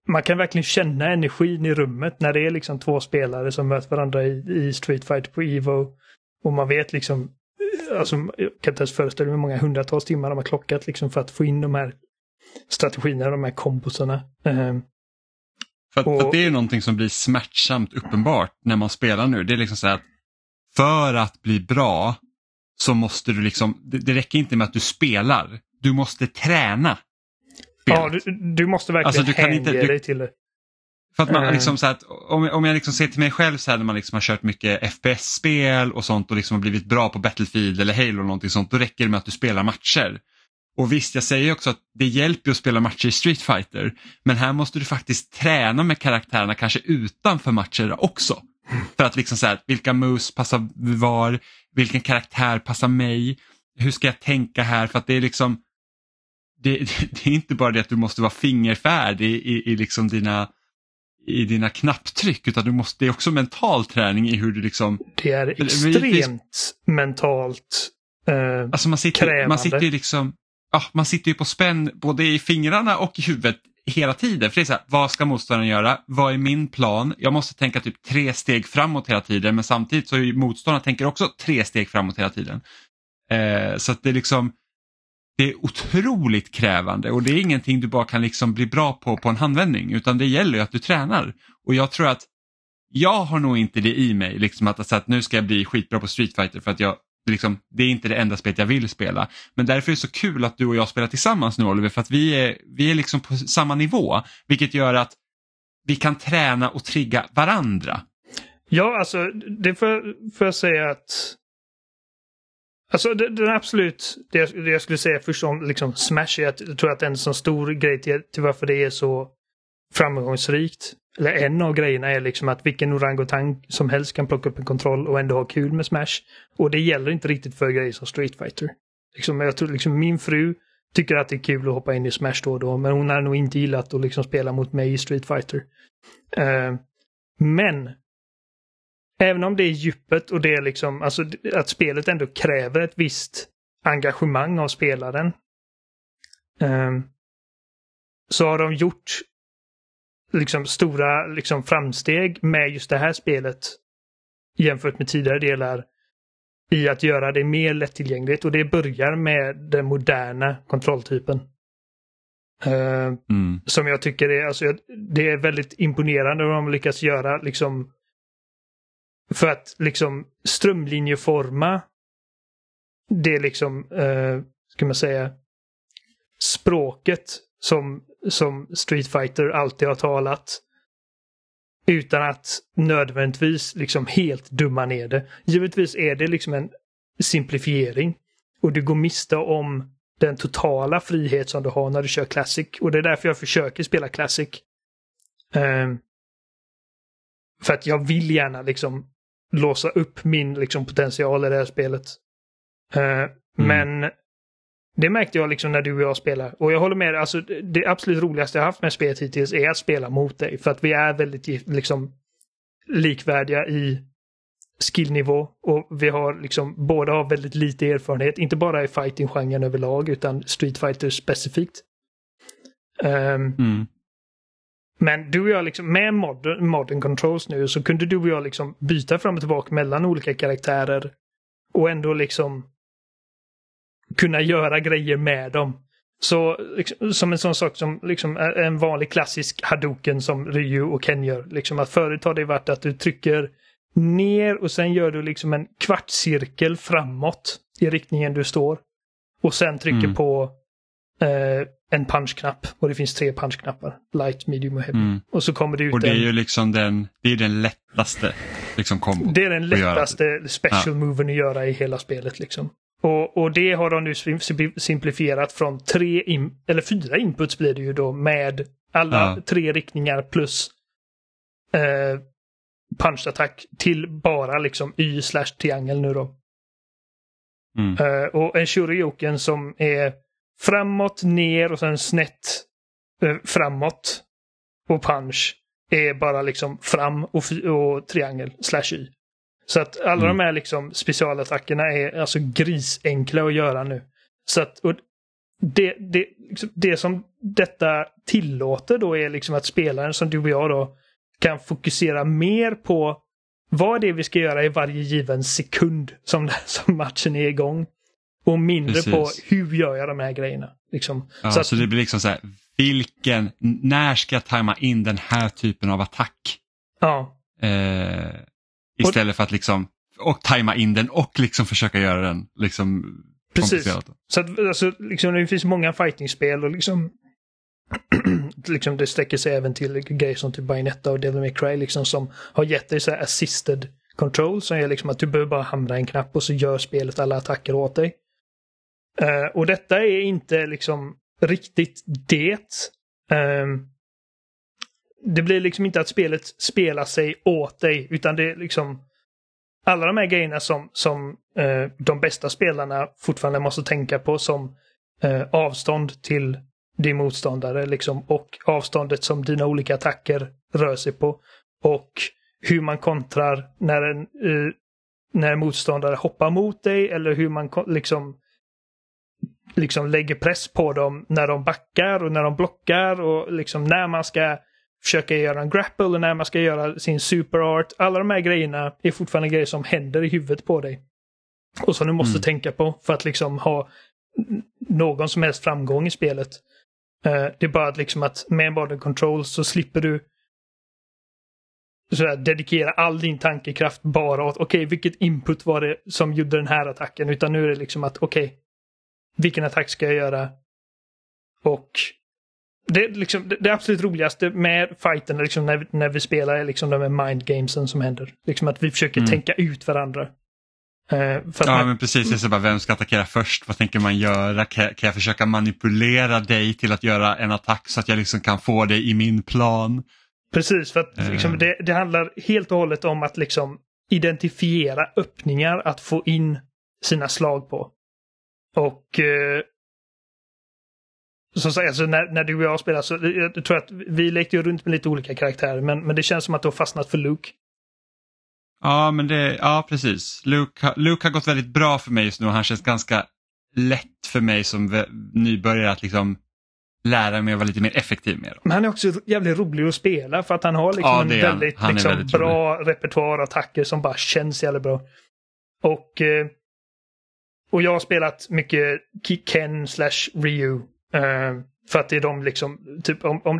[SPEAKER 3] man kan verkligen känna energin i rummet när det är liksom två spelare som möter varandra i, i Street Fighter på Evo. Och man vet liksom, alltså, jag kan inte ens föreställa mig hur många hundratals timmar de har klockat liksom för att få in de här strategierna, de här kombosarna. Um,
[SPEAKER 1] för, att,
[SPEAKER 3] och,
[SPEAKER 1] för att det är någonting som blir smärtsamt uppenbart när man spelar nu. Det är liksom så att för att bli bra så måste du liksom, det, det räcker inte med att du spelar. Du måste träna.
[SPEAKER 3] Ja, du, du måste verkligen alltså, du kan hänga inte, du, dig till det.
[SPEAKER 1] För att man mm. liksom så att, om, om jag liksom ser till mig själv så här när man liksom har kört mycket F P S-spel och sånt och liksom har blivit bra på Battlefield eller Halo eller någonting sånt, då räcker det med att du spelar matcher. Och visst, jag säger också att det hjälper att spela matcher i Street Fighter, men här måste du faktiskt träna med karaktärerna kanske utanför matcher också. Mm. För att liksom så här, vilka moves passar var, vilken karaktär passar mig, hur ska jag tänka här, för att det är liksom det, det är inte bara det att du måste vara fingerfärdig i, i liksom dina i dina knapptryck, utan du måste, det är också mental träning i hur du liksom...
[SPEAKER 3] Det är extremt vi, vi, mentalt eh,
[SPEAKER 1] alltså man sitter, krävande. Man sitter ju liksom, ja, man sitter ju på spänn både i fingrarna och i huvudet hela tiden. För det är så här, vad ska motståndaren göra? Vad är min plan? Jag måste tänka typ tre steg framåt hela tiden, men samtidigt så är ju motståndaren tänker också tre steg framåt hela tiden. Eh, så att det är liksom det är otroligt krävande och det är ingenting du bara kan liksom bli bra på på en handvändning, utan det gäller ju att du tränar. Och jag tror att jag har nog inte det i mig liksom att, att nu ska jag bli skitbra på Street Fighter, för att jag liksom, det är inte det enda spelet jag vill spela. Men därför är det så kul att du och jag spelar tillsammans nu, Oliver, för att vi är, vi är liksom på samma nivå, vilket gör att vi kan träna och trigga varandra.
[SPEAKER 3] Ja, alltså det får, får jag säga att alltså det, det är absolut det, det jag skulle säga först om liksom Smash är att jag tror att en sån stor grej till, till varför det är så framgångsrikt, eller en av grejerna är liksom att vilken orangutang som helst kan plocka upp en kontroll och ändå ha kul med Smash. Och det gäller inte riktigt för grejer som Street Fighter. Liksom, jag tror liksom min fru tycker att det är kul att hoppa in i Smash då och då, men hon har nog inte gillat att liksom spela mot mig i Street Fighter. Uh, men även om det är djupet och det är liksom, alltså att spelet ändå kräver ett visst engagemang av spelaren. Um, så har de gjort liksom stora liksom framsteg med just det här spelet jämfört med tidigare delar i att göra det mer lättillgängligt, och det börjar med den moderna kontrolltypen. Uh, mm. Som jag tycker är, alltså, det är väldigt imponerande vad de lyckas göra liksom för att liksom strömlinjeforma det liksom, uh, ska man säga, språket som, som Street Fighter alltid har talat, utan att nödvändigtvis liksom helt dumma ner det. Givetvis är det liksom en simplifiering och du går miste om den totala frihet som du har när du kör Classic, och det är därför jag försöker spela Classic. Um, för att jag vill gärna liksom låsa upp min liksom potential i det här spelet. Uh, mm. Men det märkte jag liksom när du och jag spelar. Och jag håller med, alltså det absolut roligaste jag haft med spelet hittills är att spela mot dig. För att vi är väldigt liksom likvärdiga i skillnivå. Och vi har liksom, båda har väldigt lite erfarenhet. Inte bara i fighting-genren överlag, utan Street Fighter specifikt. Um, mm. Men du och jag liksom, med modern, modern controls nu, så kunde du och jag liksom byta fram och tillbaka mellan olika karaktärer. Och ändå liksom kunna göra grejer med dem. Så liksom, som en sån sak som liksom är en vanlig klassisk Hadouken som Ryu och Ken gör. Liksom att förut har det varit att du trycker ner och sen gör du liksom en kvartscirkel framåt i riktningen du står. Och sen trycker mm. på eh, en punchknapp. Och det finns tre punchknappar. Light, medium och heavy. Mm. Och så kommer det ut.
[SPEAKER 1] Och det är
[SPEAKER 3] en...
[SPEAKER 1] ju liksom den, det är den lättaste liksom kombon.
[SPEAKER 3] Det är den lättaste special ja. moven att göra i hela spelet liksom. Och, och det har de nu simplifierat från tre in, eller fyra inputs blir det ju då, med alla ja. tre riktningar plus eh, punchattack till bara liksom Y slash triangel nu då. Mm. Uh, och en Shoryuken som är framåt, ner och sen snett uh, framåt och punch är bara liksom fram och, och triangel slash Y. Så att alla mm. de här liksom specialattackerna är alltså grisenkla att göra nu. Så att, och det, det, liksom, det som detta tillåter då är liksom att spelaren som du och jag då kan fokusera mer på vad det är vi ska göra i varje given sekund som, som matchen är igång. Och mindre Precis. På hur gör jag de här grejerna. Liksom.
[SPEAKER 1] Ja,
[SPEAKER 3] så, att,
[SPEAKER 1] så det blir liksom så här, vilken, när ska jag tajma in den här typen av attack?
[SPEAKER 3] Ja.
[SPEAKER 1] Eh, istället och, för att liksom, och tajma in den och liksom försöka göra den liksom
[SPEAKER 3] Precis. Så att, alltså, liksom, det finns många fighting-spel och liksom liksom det sträcker sig även till grejer som typ Bayonetta och Devil May Cry liksom, som har gett dig så här assisted control som är liksom att du behöver bara hamra en knapp och så gör spelet alla attacker åt dig. Uh, och detta är inte liksom riktigt det. Um, det blir liksom inte att spelet spelar sig åt dig utan det är liksom alla de här grejerna som, som uh, de bästa spelarna fortfarande måste tänka på som uh, avstånd till din motståndare liksom, och avståndet som dina olika attacker rör sig på och hur man kontrar när en uh, när motståndare hoppar mot dig eller hur man liksom liksom lägger press på dem när de backar och när de blockar och liksom när man ska försöka göra en grapple och när man ska göra sin superart. Alla de här grejerna är fortfarande grejer som händer i huvudet på dig. Och som du måste mm. tänka på för att liksom ha någon som helst framgång i spelet. Uh, det är bara att liksom att med border control så slipper du sådär, dedikera all din tankekraft bara åt okej, okay, vilket input var det som gjorde den här attacken, utan nu är det liksom att okej, okay, vilken attack ska jag göra? Och det är liksom det, det absolut roligaste med fighten liksom när, när vi spelar är liksom de här mind gamesen som händer. Liksom att vi försöker mm. tänka ut varandra. Uh, för
[SPEAKER 1] ja,
[SPEAKER 3] man,
[SPEAKER 1] men precis. Det är så bara, vem ska attackera först? Vad tänker man göra? Kan, kan jag försöka manipulera dig till att göra en attack så att jag liksom kan få dig i min plan?
[SPEAKER 3] Precis, för att liksom, uh. det, det handlar helt och hållet om att liksom identifiera öppningar att få in sina slag på. Och eh, som sagt, alltså, när, när du och jag spelar så jag, jag tror att vi lekte ju runt med lite olika karaktärer men, men det känns som att du har fastnat för Luke.
[SPEAKER 1] Ja, men det, ja precis. Luke, Luke har gått väldigt bra för mig just nu och han känns ganska lätt för mig som nybörjare att liksom lära mig att vara lite mer effektiv med dem.
[SPEAKER 3] Men han är också jävligt rolig att spela för att han har liksom ja, en väldigt, han. Han liksom, väldigt bra rolig. Repertoar och attacker som bara känns jävligt bra. Och eh, Och jag har spelat mycket Ken slash Ryu. Uh, för att det är de liksom, typ om, om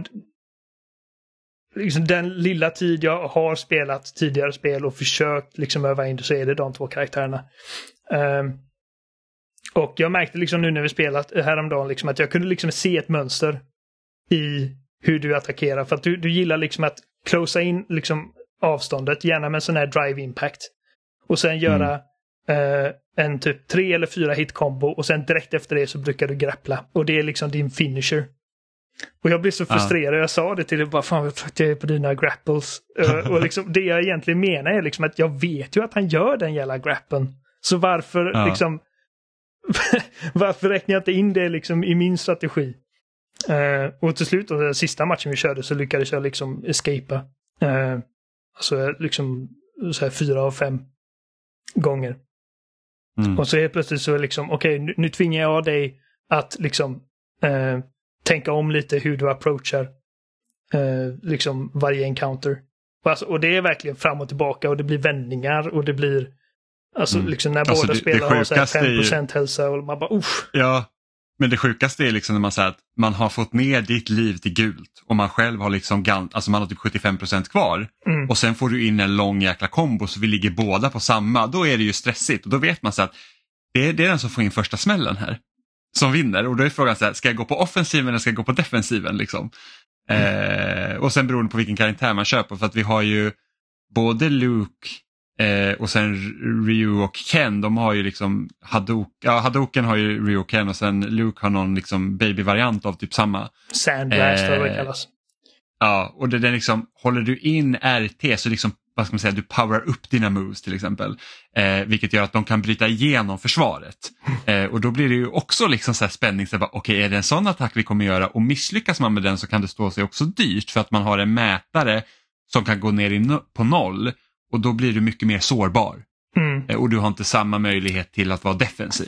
[SPEAKER 3] liksom den lilla tid jag har spelat tidigare spel och försökt liksom öva in det så är det de två karaktärerna. Uh, och jag märkte liksom nu när vi spelat häromdagen liksom att jag kunde liksom se ett mönster i hur du attackerar. För att du, du gillar liksom att closea in liksom avståndet, gärna med en sån här drive impact. Och sen göra mm. Uh, en typ tre eller fyra hit combo och sen direkt efter det så brukar du grappla och det är liksom din finisher. Och jag blir så frustrerad uh. jag sa det till dig bara fan jag tror att jag är på dina grapples uh, och liksom det jag egentligen menar är liksom att jag vet ju att han gör den jävla grappen. Så varför uh. liksom varför räknar jag inte in det liksom i min strategi? Uh, och till slut den sista matchen vi körde så lyckades jag liksom escapa uh, alltså liksom så här fyra av fem gånger. Mm. Och så helt plötsligt så är liksom okej, okay, nu, nu tvingar jag dig att liksom eh, tänka om lite hur du approachar eh, liksom varje encounter. Och, alltså, och det är verkligen fram och tillbaka och det blir vändningar och det blir alltså mm. liksom när båda alltså, det, spelare det har så här fem procent ju... hälsa och man bara usch.
[SPEAKER 1] Ja, men det sjukaste är liksom när man säger att man har fått ner ditt liv till gult och man själv har liksom gant, alltså man har typ sjuttiofem procent kvar mm. och sen får du in en lång jäkla kombo så vi ligger båda på samma, då är det ju stressigt och då vet man så att det är, det är den som får in första smällen här som vinner och då är frågan så här, ska jag gå på offensiven eller ska jag gå på defensiven liksom? Mm. Eh, och sen beroende på vilken karaktär man köper för att vi har ju både Luke Eh, och sen Ryu och Ken, de har ju liksom Hadouken, ja, Hadouken har ju Ryu och Ken och sen Luke har någon liksom babyvariant av typ samma.
[SPEAKER 3] Sandblast eh, vad det kallas.
[SPEAKER 1] Ja, och det, den liksom, håller du in R T så liksom, vad ska man säga, du powerar upp dina moves till exempel. Eh, vilket gör att de kan bryta igenom försvaret. Eh, och då blir det ju också liksom så här spänning, så okej, okay, är det en sån attack vi kommer göra och misslyckas man med den så kan det stå sig också dyrt för att man har en mätare som kan gå ner i no- på noll. Och då blir du mycket mer sårbar. Mm. Och du har inte samma möjlighet till att vara defensiv.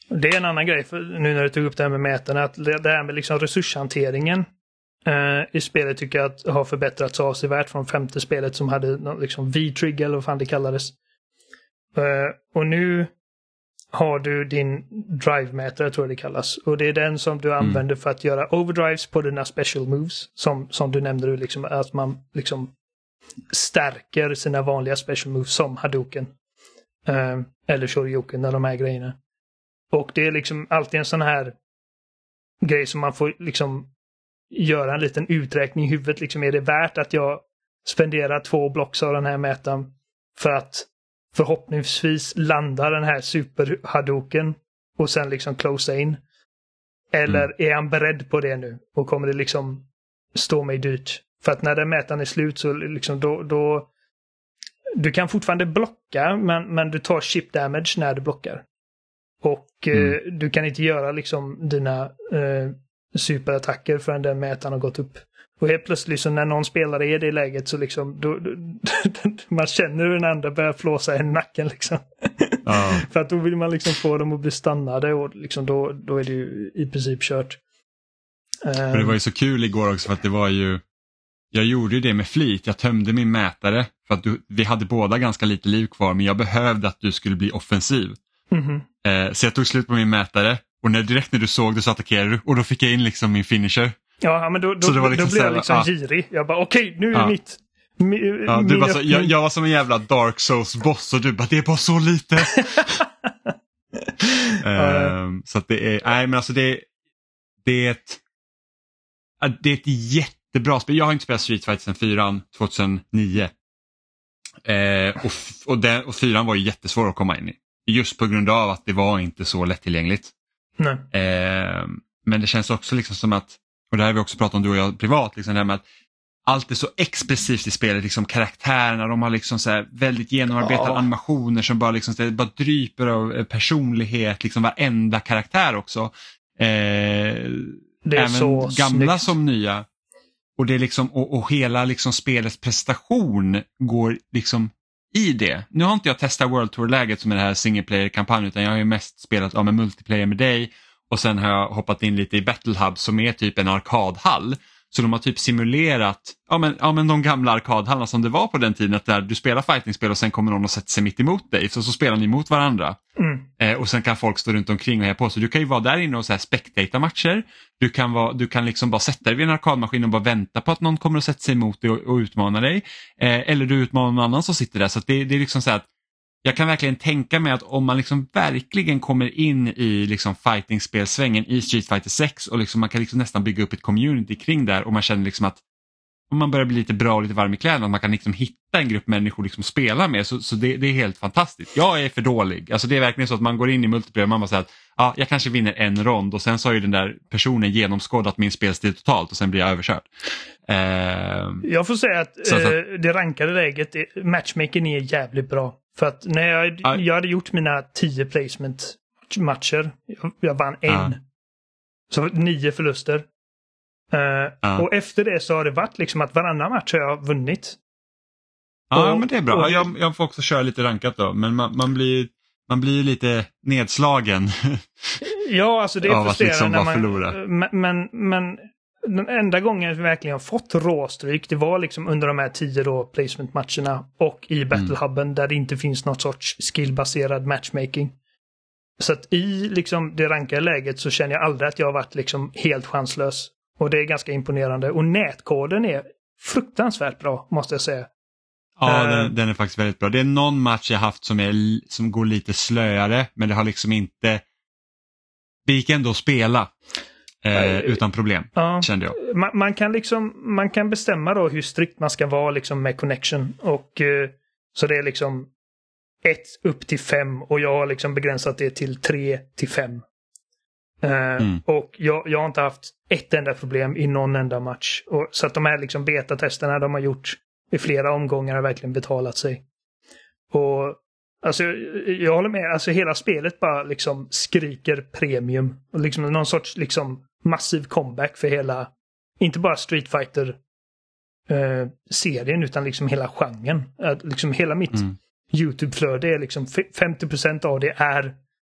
[SPEAKER 3] Det är en annan grej, för nu när du tog upp det här med mätarna, att det, det här med liksom resurshanteringen eh, i spelet tycker jag att har förbättrats avsevärt från femte spelet som hade någon, liksom V-trigger eller vad fan det kallades. Eh, och nu har du din drive-mätare, tror jag det kallas. Och det är den som du använder mm. för att göra overdrives på dina special moves. Som, som du nämnde, liksom, att man liksom stärker sina vanliga special moves som Hadouken. Eh, eller Shoryuken, eller de här grejerna. Och det är liksom alltid en sån här grej som man får liksom göra en liten uträkning i huvudet. Liksom, är det värt att jag spenderar två blocks av den här mätaren för att förhoppningsvis landa den här super Hadouken och sen liksom close in? Eller mm. är han beredd på det nu? Och kommer det liksom stå mig dyrt? För att när den mätaren är slut så liksom då, då du kan fortfarande blocka, men, men du tar chip damage när du blockar. Och mm. eh, du kan inte göra liksom dina eh, superattacker förrän den mätaren har gått upp. Och helt plötsligt så när någon spelare är i det läget så liksom då, då, man känner hur den andra börjar flåsa i nacken liksom. Uh. För att då vill man liksom få dem att bli stannade och liksom då, då är det ju i princip kört.
[SPEAKER 1] För det var ju så kul igår också för att det var ju, jag gjorde ju det med flit, jag tömde min mätare för att du, vi hade båda ganska lite liv kvar, men jag behövde att du skulle bli offensiv.
[SPEAKER 3] Mm-hmm.
[SPEAKER 1] Eh, så jag tog slut på min mätare och när, direkt när du såg det så attackerade du och då fick jag in liksom min finisher.
[SPEAKER 3] Ja, men då, då, då, liksom då blev jag liksom ah. girig. Jag bara, okej, okay, nu är
[SPEAKER 1] ah.
[SPEAKER 3] mitt... Mi,
[SPEAKER 1] ja, du bara så, jag, jag var som en jävla Dark Souls-boss och du bara, det är bara så lite. um, så att det är, nej men alltså det, det är ett, det är ett jättebra spel. Jag har inte spelat Street Fighter sedan fyran, tjugohundranio. Uh, och, och, den, och fyran var ju jättesvår att komma in i. Just på grund av att det var inte så lättillgängligt.
[SPEAKER 3] Nej.
[SPEAKER 1] Uh, men det känns också liksom som att, och det här har vi också pratat om du och jag privat, liksom det här med att allt är så expressivt i spelet, liksom karaktärerna, de har liksom så här väldigt genomarbetade ja. animationer som bara liksom så här, bara dryper av personlighet, liksom varenda karaktär också. Eh,
[SPEAKER 3] det är
[SPEAKER 1] även
[SPEAKER 3] så
[SPEAKER 1] gamla
[SPEAKER 3] snyggt.
[SPEAKER 1] Som nya. Och det är liksom och, och hela liksom spelets prestation går liksom i det. Nu har inte jag testat World Tour-läget som är det här single player-kampanjen, utan jag har ju mest spelat av ja, med multiplayer med dig. Och sen har jag hoppat in lite i Battle Hub som är typ en arkadhall. Så de har typ simulerat ja men, ja, men de gamla arkadhallarna som det var på den tiden. Att där du spelar fightingspel och sen kommer någon och sätter sig mitt emot dig. Så, så spelar ni mot varandra.
[SPEAKER 3] Mm.
[SPEAKER 1] Eh, och sen kan folk stå runt omkring och heja på. Så du kan ju vara där inne och så här spectata matcher. Du kan, vara, du kan liksom bara sätta dig vid en arkadmaskin och bara vänta på att någon kommer och sätter sig emot dig och, och utmana dig. Eh, eller du utmanar någon annan som sitter där. Så att det, det är liksom så här att jag kan verkligen tänka mig att om man liksom verkligen kommer in i liksom fighting-spelsvängen i Street Fighter sex och liksom man kan liksom nästan bygga upp ett community kring där och man känner liksom att om man börjar bli lite bra och lite varm i kläderna att man kan liksom hitta en grupp människor liksom spela med så, så det, det är helt fantastiskt. Jag är för dålig. Alltså det är verkligen så att man går in i multiplayer och man bara säger att ja, jag kanske vinner en rond och sen så har ju den där personen genomskådat min spelstil totalt och sen blir jag överkörd. Uh,
[SPEAKER 3] jag får säga att
[SPEAKER 1] så,
[SPEAKER 3] uh,
[SPEAKER 1] så.
[SPEAKER 3] det rankade läget, matchmaking är jävligt bra. För att när jag, uh. jag hade gjort mina tio placement matcher, jag, jag vann en. Uh. Så nio förluster. Uh, uh. Och efter det så har det varit liksom att varannan match har jag vunnit.
[SPEAKER 1] Ja,
[SPEAKER 3] och,
[SPEAKER 1] men det är bra.
[SPEAKER 3] Och,
[SPEAKER 1] jag, jag får också köra lite rankat då, men man, man blir man blir lite nedslagen.
[SPEAKER 3] Ja, alltså det är
[SPEAKER 1] av att liksom
[SPEAKER 3] när
[SPEAKER 1] bara
[SPEAKER 3] man
[SPEAKER 1] förlora.
[SPEAKER 3] Men, men, men den enda gången vi verkligen har fått råstryk, det var liksom under de här tio då placement-matcherna och i Battlehubben mm. där det inte finns något sorts skillbaserad matchmaking. Så att i liksom det rankade läget så känner jag aldrig att jag har varit liksom helt chanslös. Och det är ganska imponerande. Och nätkoden är fruktansvärt bra, måste jag säga.
[SPEAKER 1] Ja,
[SPEAKER 3] uh,
[SPEAKER 1] den, den är faktiskt väldigt bra. Det är någon match jag haft som, är, som går lite slöare, men det har liksom inte... Det gick ändå att spela eh, utan problem, uh, kände jag.
[SPEAKER 3] Man, man kan liksom man kan bestämma då hur strikt man ska vara liksom med connection. Och uh, så det är liksom ett upp till fem och jag har liksom begränsat det till tre till fem. Uh, mm. Och jag, jag har inte haft ett enda problem i någon enda match. Och, så att de här liksom betatesterna de har gjort i flera omgångar har verkligen betalat sig. Och alltså jag, jag håller med, alltså hela spelet bara liksom skriker premium. Och liksom någon sorts liksom massiv comeback för hela, inte bara Street Fighter uh, serien utan liksom hela genren. Uh, liksom hela mitt mm. YouTube-flöde är liksom femtio procent av det är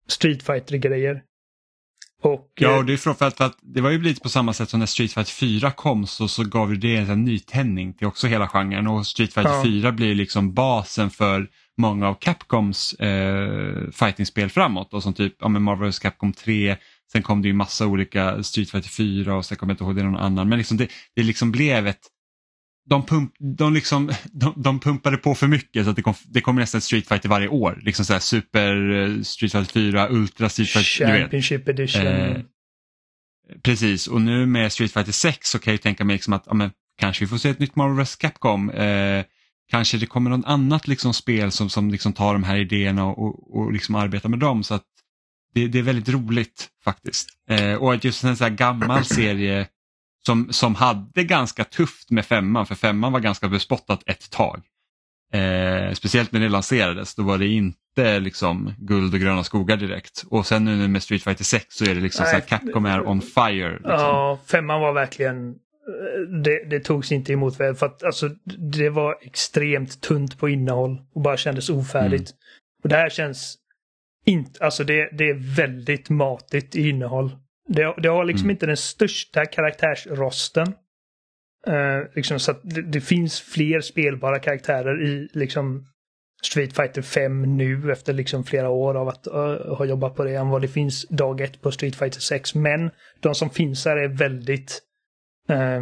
[SPEAKER 3] Street Fighter-grejer. Och,
[SPEAKER 1] ja, och det är för att, för att det var ju lite på samma sätt som när Street Fighter fyra kom så, så gav det en, en nytändning till också hela genren och Street Fighter
[SPEAKER 3] ja.
[SPEAKER 1] fyra blir liksom basen för många av Capcoms eh, fightingspel framåt och som typ ja, med Marvel versus. Capcom tre, sen kom det ju massa olika Street Fighter fyra och sen kommer jag inte ihåg det någon annan, men liksom det, det liksom blev ett de, pump, de, liksom, de, de pumpade på för mycket så att det kom, det kom nästan Street Fighter varje år. Liksom så här Super uh, Street Fighter fyra, Ultra Street Fighter,
[SPEAKER 3] Championship
[SPEAKER 1] du vet.
[SPEAKER 3] Edition.
[SPEAKER 1] Eh, precis, och nu med Street Fighter sex så kan jag ju tänka mig liksom att ja, men, kanske vi får se ett nytt Marvel versus. Capcom. Eh, kanske det kommer något annat liksom, spel som, som liksom tar de här idéerna och, och, och liksom arbetar med dem. Så att det, det är väldigt roligt faktiskt. Eh, och att just en sån här gammal serie Som, som hade ganska tufft med femman, för femman var ganska bespottat ett tag. Eh, speciellt när det lanserades, då var det inte liksom guld och gröna skogar direkt. Och sen nu med Street Fighter sex så är det liksom Nej, så här, Capcom är on fire. Liksom.
[SPEAKER 3] Ja, femman var verkligen, det, det togs inte emot väl för att alltså, det var extremt tunt på innehåll och bara kändes ofärdigt. Mm. Och det här känns inte, alltså det, det är väldigt matigt i innehåll. Det, det har liksom mm. inte den största karaktärsrosten. Uh, liksom så att det, det finns fler spelbara karaktärer i liksom Street Fighter fem nu efter liksom flera år av att uh, ha jobbat på det än vad det finns dag ett på Street Fighter sex. Men de som finns här är väldigt uh,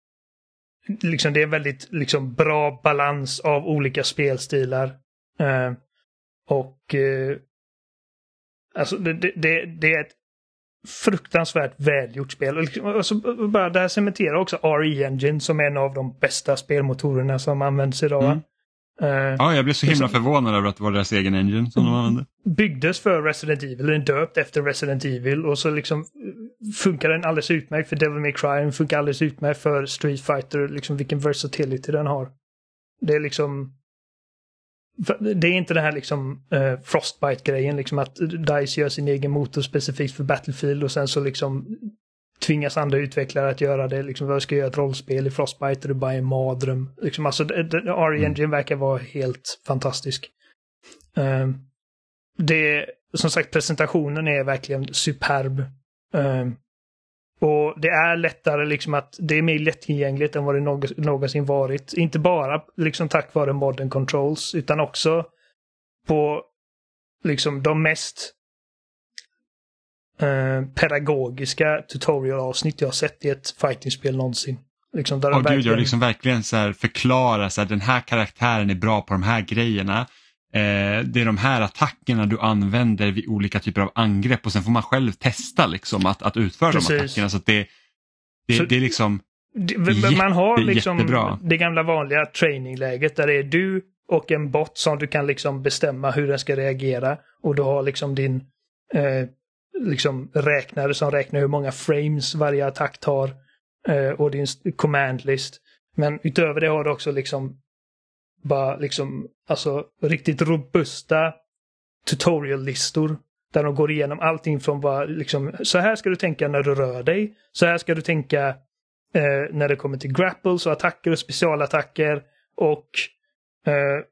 [SPEAKER 3] liksom det är väldigt liksom bra balans av olika spelstilar. Uh, och uh, alltså det, det, det, det är ett fruktansvärt välgjort spel. Alltså, bara det här cementerar också R E Engine som är en av de bästa spelmotorerna som används idag. Mm. Uh,
[SPEAKER 1] ja, jag blev så himla förvånad över att det var deras egen engine som de använde.
[SPEAKER 3] Byggdes för Resident Evil, den döpt efter Resident Evil och så liksom funkar den alldeles utmärkt för Devil May Cry, den funkar alldeles utmärkt för Street Fighter, liksom vilken versatility den har. Det är liksom det är inte den här liksom uh, Frostbite-grejen liksom att DICE gör sin egen motor specifikt för Battlefield och sen så liksom tvingas andra utvecklare att göra det liksom vad ska jag göra ett rollspel i Frostbite och det bara är en madrum liksom alltså R E Engine verkar vara helt fantastisk. Uh, det som sagt presentationen är verkligen superb. Uh, och det är lättare liksom att det är mer lättillgängligt än vad det någ- någonsin varit. Inte bara liksom tack vare modern controls utan också på liksom de mest eh, pedagogiska tutorial-avsnitt jag har sett i ett fighting-spel någonsin. Liksom där
[SPEAKER 1] oh,
[SPEAKER 3] de verkligen...
[SPEAKER 1] Gud, jag liksom verkligen så här förklara så här, den här karaktären är bra på de här grejerna. Eh, det är de här attackerna du använder vid olika typer av angrepp och sen får man själv testa liksom att, att utföra Precis. de attackerna så att det, det, så, det är liksom
[SPEAKER 3] det, jätte, man har liksom
[SPEAKER 1] jättebra.
[SPEAKER 3] Det gamla vanliga trainingläget där det är du och en bot som du kan liksom bestämma hur den ska reagera och du har liksom din eh, liksom räknare som räknar hur många frames varje attack tar eh, och din command list. Men utöver det har du också liksom bara liksom alltså riktigt robusta tutorial-listor där de går igenom allting från bara liksom så här ska du tänka när du rör dig, så här ska du tänka eh, när det kommer till grapples och attacker och specialattacker och eh,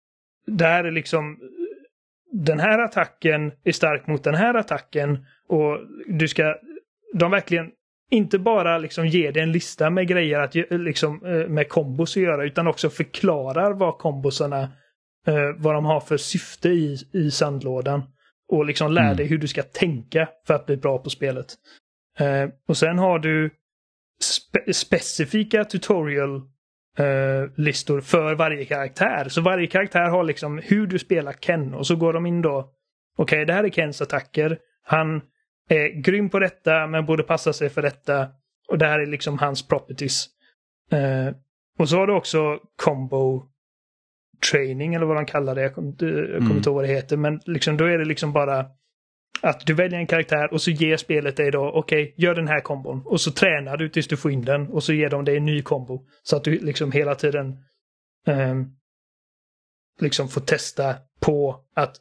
[SPEAKER 3] där är liksom den här attacken är stark mot den här attacken och du ska de verkligen inte bara liksom ger dig en lista med grejer att liksom med kombos att göra utan också förklarar vad kombosarna eh, vad de har för syfte i, i sandlådan och liksom lär mm. dig hur du ska tänka för att bli bra på spelet. Eh, och sen har du spe- specifika tutorial eh, listor för varje karaktär. Så varje karaktär har liksom hur du spelar Ken och så går de in då okej, okay, det här är Kens attacker. Han är grym på detta men borde passa sig för detta och det här är liksom hans properties. Eh, och så har du också combo training eller vad de kallar det. Jag kommer inte mm. ihåg vad det heter men liksom, då är det liksom bara att du väljer en karaktär och så ger spelet dig då okej, okay, gör den här kombon och så tränar du tills du får in den och så ger de dig en ny kombo så att du liksom hela tiden eh, liksom får testa på att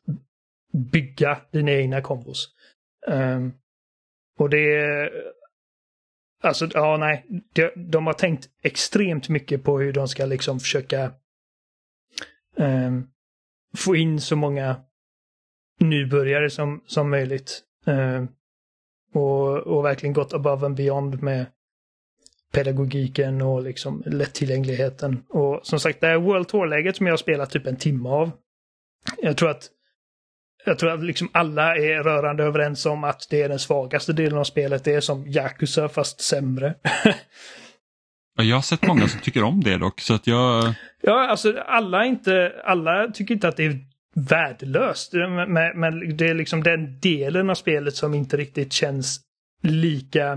[SPEAKER 3] bygga dina egna kombos. Um, och det är alltså, ja nej de, de har tänkt extremt mycket på hur de ska liksom försöka um, få in så många nybörjare som, som möjligt. Uh, och, och verkligen gått above and beyond med pedagogiken och liksom lättillgängligheten. Och som sagt, det här World Tour-läget som jag har spelat typ en timme av. Jag tror att jag tror att liksom alla är rörande överens om att det är den svagaste delen av spelet. Det är som Yakuza fast sämre.
[SPEAKER 1] Jag har sett många som tycker om det dock, så att jag...
[SPEAKER 3] Ja, alltså alla, inte, alla tycker inte att det är värdelöst. Men, men det är liksom den delen av spelet som inte riktigt känns lika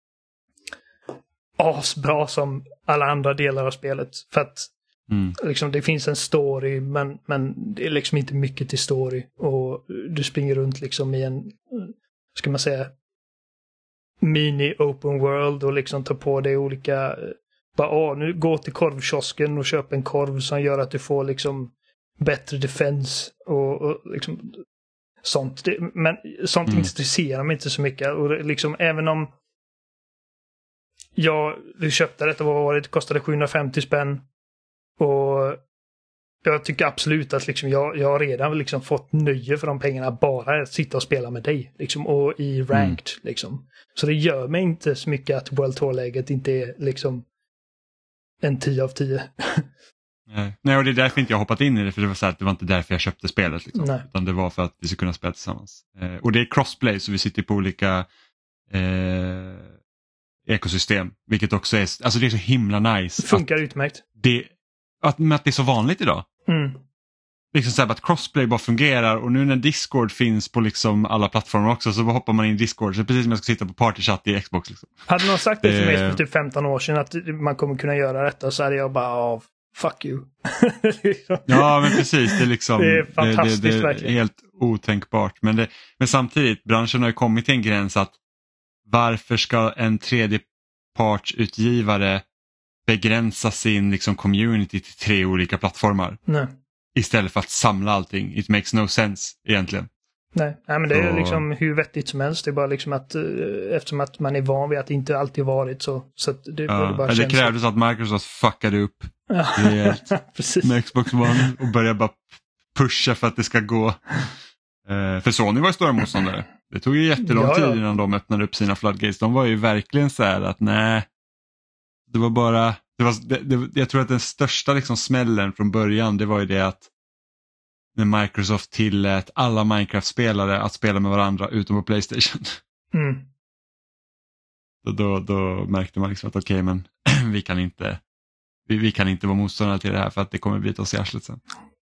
[SPEAKER 3] asbra som alla andra delar av spelet. För att mm. liksom, det finns en story, men, men det är liksom inte mycket till story. Och du springer runt liksom i en, ska man säga, mini open world och liksom tar på dig olika... Bara, åh, nu gå till korvkiosken och köp en korv som gör att du får liksom bättre defense och, och liksom sånt. Det, men sånt mm. intresserar mig inte så mycket. Och liksom, även om jag du köpte detta, vad var det? Det kostade sjuhundrafemtio spänn. Och jag tycker absolut att liksom jag, jag har redan liksom fått nöje för de pengarna bara att sitta och spela med dig. Liksom, och i ranked. Mm. Liksom. Så det gör mig inte så mycket att World Tour-läget inte är liksom en tio av tio.
[SPEAKER 1] Nej. Nej, och det är därför inte jag hoppat in i det, för det var så här, det var inte därför jag köpte spelet liksom, utan det var för att vi ska kunna spela tillsammans. Eh, och det är crossplay, så vi sitter på olika eh, ekosystem, vilket också är, alltså det är så himla nice.
[SPEAKER 3] Det funkar att utmärkt.
[SPEAKER 1] Det, att, med att det är så vanligt idag.
[SPEAKER 3] Mm.
[SPEAKER 1] Liksom så här, att crossplay bara fungerar, och nu när Discord finns på liksom alla plattformar också, så hoppar man in i Discord, så precis som jag ska sitta på partychatt i Xbox liksom.
[SPEAKER 3] Hade någon sagt det för mig för typ femton år sedan att man kommer kunna göra detta, så hade jag bara, oh, fuck you.
[SPEAKER 1] Ja, men precis, det är liksom
[SPEAKER 3] det är fantastiskt,
[SPEAKER 1] det, det, det är
[SPEAKER 3] verkligen.
[SPEAKER 1] helt otänkbart, men, det, men samtidigt, branschen har ju kommit till en gräns att varför ska en tredjepartsutgivare begränsa sin liksom community till tre olika plattformar?
[SPEAKER 3] Nej.
[SPEAKER 1] Istället för att samla allting. It makes no sense egentligen.
[SPEAKER 3] Nej, Nej men det är så... liksom hur vettigt som helst. Det är bara liksom att uh, eftersom att man är van vid att det inte alltid varit så. Så att det,
[SPEAKER 1] ja,
[SPEAKER 3] det bara
[SPEAKER 1] det
[SPEAKER 3] känns
[SPEAKER 1] krävdes
[SPEAKER 3] så.
[SPEAKER 1] Att Microsoft fuckade upp rejält med Xbox One och började bara pusha för att det ska gå. Uh, för Sony var ju stora motståndare. Det tog ju jättelång ja, ja. tid innan de öppnade upp sina floodgates. De var ju verkligen så här att nej, det var bara... Det var, det, det, jag tror att den största liksom smällen från början, det var ju det att när Microsoft tillät alla Minecraft-spelare att spela med varandra utom på PlayStation.
[SPEAKER 3] Mm.
[SPEAKER 1] Då, då, då märkte man liksom att okej, okay, men vi kan inte vi, vi kan inte vara motståndare till det här, för att det kommer bita oss i arslet sen.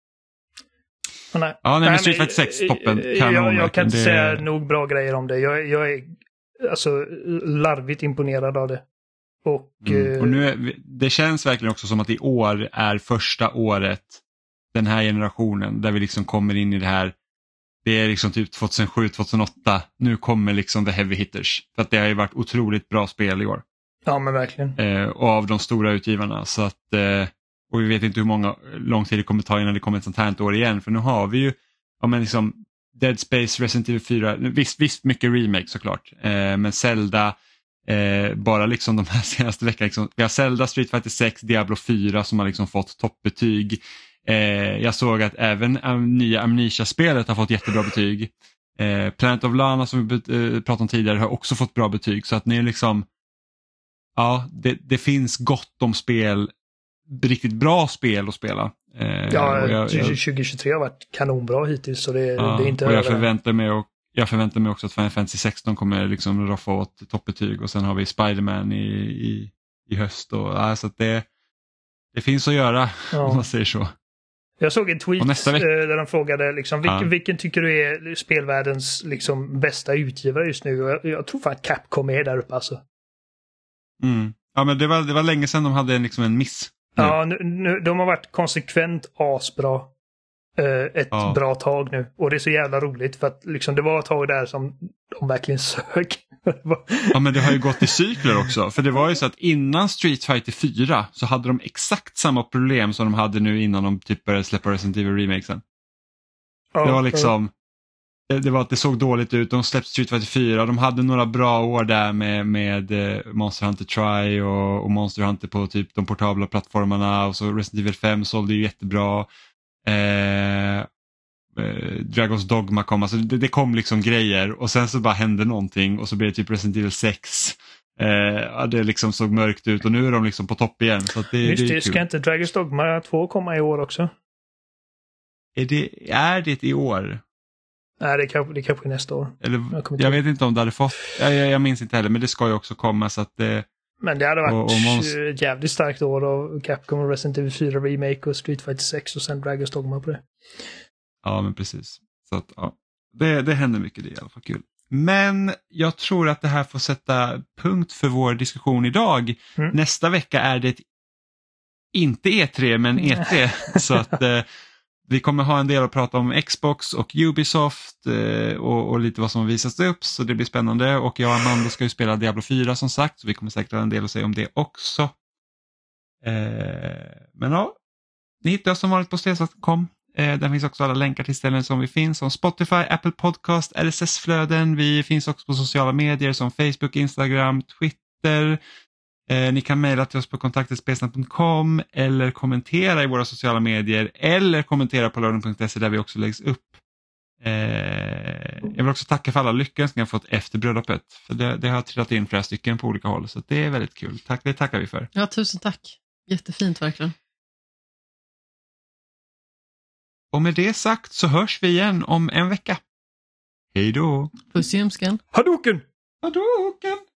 [SPEAKER 3] Oh, nej.
[SPEAKER 1] Ja, nej,
[SPEAKER 3] nej,
[SPEAKER 1] men Street Fighter sex, toppen.
[SPEAKER 3] Jag, jag, jag kan inte
[SPEAKER 1] det...
[SPEAKER 3] säga nog bra grejer om det. Jag, jag är alltså larvigt imponerad av det. Och,
[SPEAKER 1] mm. och nu är, det känns verkligen också som att i år är första året den här generationen där vi liksom kommer in i det här. Det är liksom typ tjugohundrasju tjugohundraåtta. Nu kommer liksom the heavy hitters. För att det har ju varit otroligt bra spel i år.
[SPEAKER 3] Ja, men verkligen.
[SPEAKER 1] Eh, och av de stora utgivarna. Så att, eh, och vi vet inte hur många lång tid det kommer ta innan det kommer ett sånt här år igen. För nu har vi ju ja, men liksom Dead Space, Resident Evil fyra. Visst, visst mycket remake såklart. Eh, men Zelda... Eh, bara liksom de här senaste veckorna liksom, vi har Zelda, Street Fighter sex, Diablo fyra som har liksom fått toppbetyg. eh, jag såg att även am- nya Amnesia-spelet har fått jättebra betyg. eh, Planet of Lana som vi eh, pratade om tidigare har också fått bra betyg, så att ni är liksom ja, det, det finns gott om spel, riktigt bra spel att spela. eh,
[SPEAKER 3] ja,
[SPEAKER 1] jag, jag,
[SPEAKER 3] tjugohundratjugotre har varit kanonbra hittills, så det,
[SPEAKER 1] ja,
[SPEAKER 3] det är inte
[SPEAKER 1] och jag
[SPEAKER 3] över.
[SPEAKER 1] förväntar mig och Jag förväntar mig också att Final Fantasy sexton kommer liksom roffa åt toppbetyg, och sen har vi Spider-Man i, i, i höst. Och, ja, så att det, det finns att göra, ja. Om man säger så.
[SPEAKER 3] Jag såg en tweet
[SPEAKER 1] veck-
[SPEAKER 3] där de frågade liksom, vilken,
[SPEAKER 1] ja.
[SPEAKER 3] vilken tycker du är spelvärldens liksom, bästa utgivare just nu? Och jag, jag tror fan Capcom är där uppe alltså.
[SPEAKER 1] Mm. Ja, men det var, det var länge sedan de hade en, liksom en miss. Nu.
[SPEAKER 3] Ja, nu, nu, de har varit konsekvent asbra. Ett ja. bra tag nu. Och det är så jävla roligt, för att liksom, det var ett tag där som de verkligen sög.
[SPEAKER 1] Ja, men det har ju gått i cykler också. För det var ju så att innan Street Fighter fyra så hade de exakt samma problem som de hade nu innan de typ började släppa Resident Evil remakesen. Ja, det var liksom ja. det, det var att det såg dåligt ut. De släppte Street Fighter fyra. De hade några bra år där med, med Monster Hunter Tri och, och Monster Hunter på typ de portabla plattformarna. Och så Resident Evil fem sålde ju jättebra. Eh, eh, Dragon's Dogma kom. Alltså det, det kom liksom grejer och sen så bara hände någonting och så blev det typ Resident Evil sex. Eh, det liksom såg mörkt ut och nu är de liksom på topp igen. Så att det,
[SPEAKER 3] Just
[SPEAKER 1] det är
[SPEAKER 3] det,
[SPEAKER 1] kul.
[SPEAKER 3] ska inte Dragon's Dogma två komma i år också?
[SPEAKER 1] Är det, är det i år?
[SPEAKER 3] Nej, det kanske, det kanske är nästa år.
[SPEAKER 1] Eller,
[SPEAKER 3] Jag
[SPEAKER 1] jag,
[SPEAKER 3] kommer inte
[SPEAKER 1] vet inte om det hade fått, jag, jag, jag minns inte heller, men det ska ju också komma så att det...
[SPEAKER 3] Men det hade varit
[SPEAKER 1] Och- och Måns-
[SPEAKER 3] ett jävligt starkt år av Capcom och Resident Evil fyra Remake och Street Fighter sex och sen Dragon's Dogma på det.
[SPEAKER 1] Ja, men precis. Så att, ja, det, det händer mycket, det är i alla fall kul. Men jag tror att det här får sätta punkt för vår diskussion idag.
[SPEAKER 3] Mm.
[SPEAKER 1] Nästa vecka är det inte E tre men E tre. Så att eh, vi kommer ha en del att prata om Xbox och Ubisoft eh, och, och lite vad som har visats upp. Så det blir spännande. Och jag och Amanda ska ju spela Diablo fyra som sagt. Så vi kommer säkert ha en del att säga om det också. Eh, men ja, ni hittar oss som vanligt på stelsat punkt com. Eh, där finns också alla länkar till ställen som vi finns som Spotify, Apple Podcast, R S S-flöden. Vi finns också på sociala medier som Facebook, Instagram, Twitter. Eh, ni kan mejla till oss på kontaktet spelsnack punkt com eller kommentera i våra sociala medier eller kommentera på lördagen punkt se där vi också läggs upp. Eh, jag vill också tacka för alla lyckönskningar jag fått efter bröllopet. För det, det har trillat in flera stycken på olika håll så det är väldigt kul. Tack, det tackar vi för.
[SPEAKER 2] Ja, tusen tack. Jättefint verkligen.
[SPEAKER 1] Och med det sagt så hörs vi igen om en vecka. Hej då!
[SPEAKER 2] Puss i ömskan.
[SPEAKER 3] Hadouken!
[SPEAKER 1] Hadouken!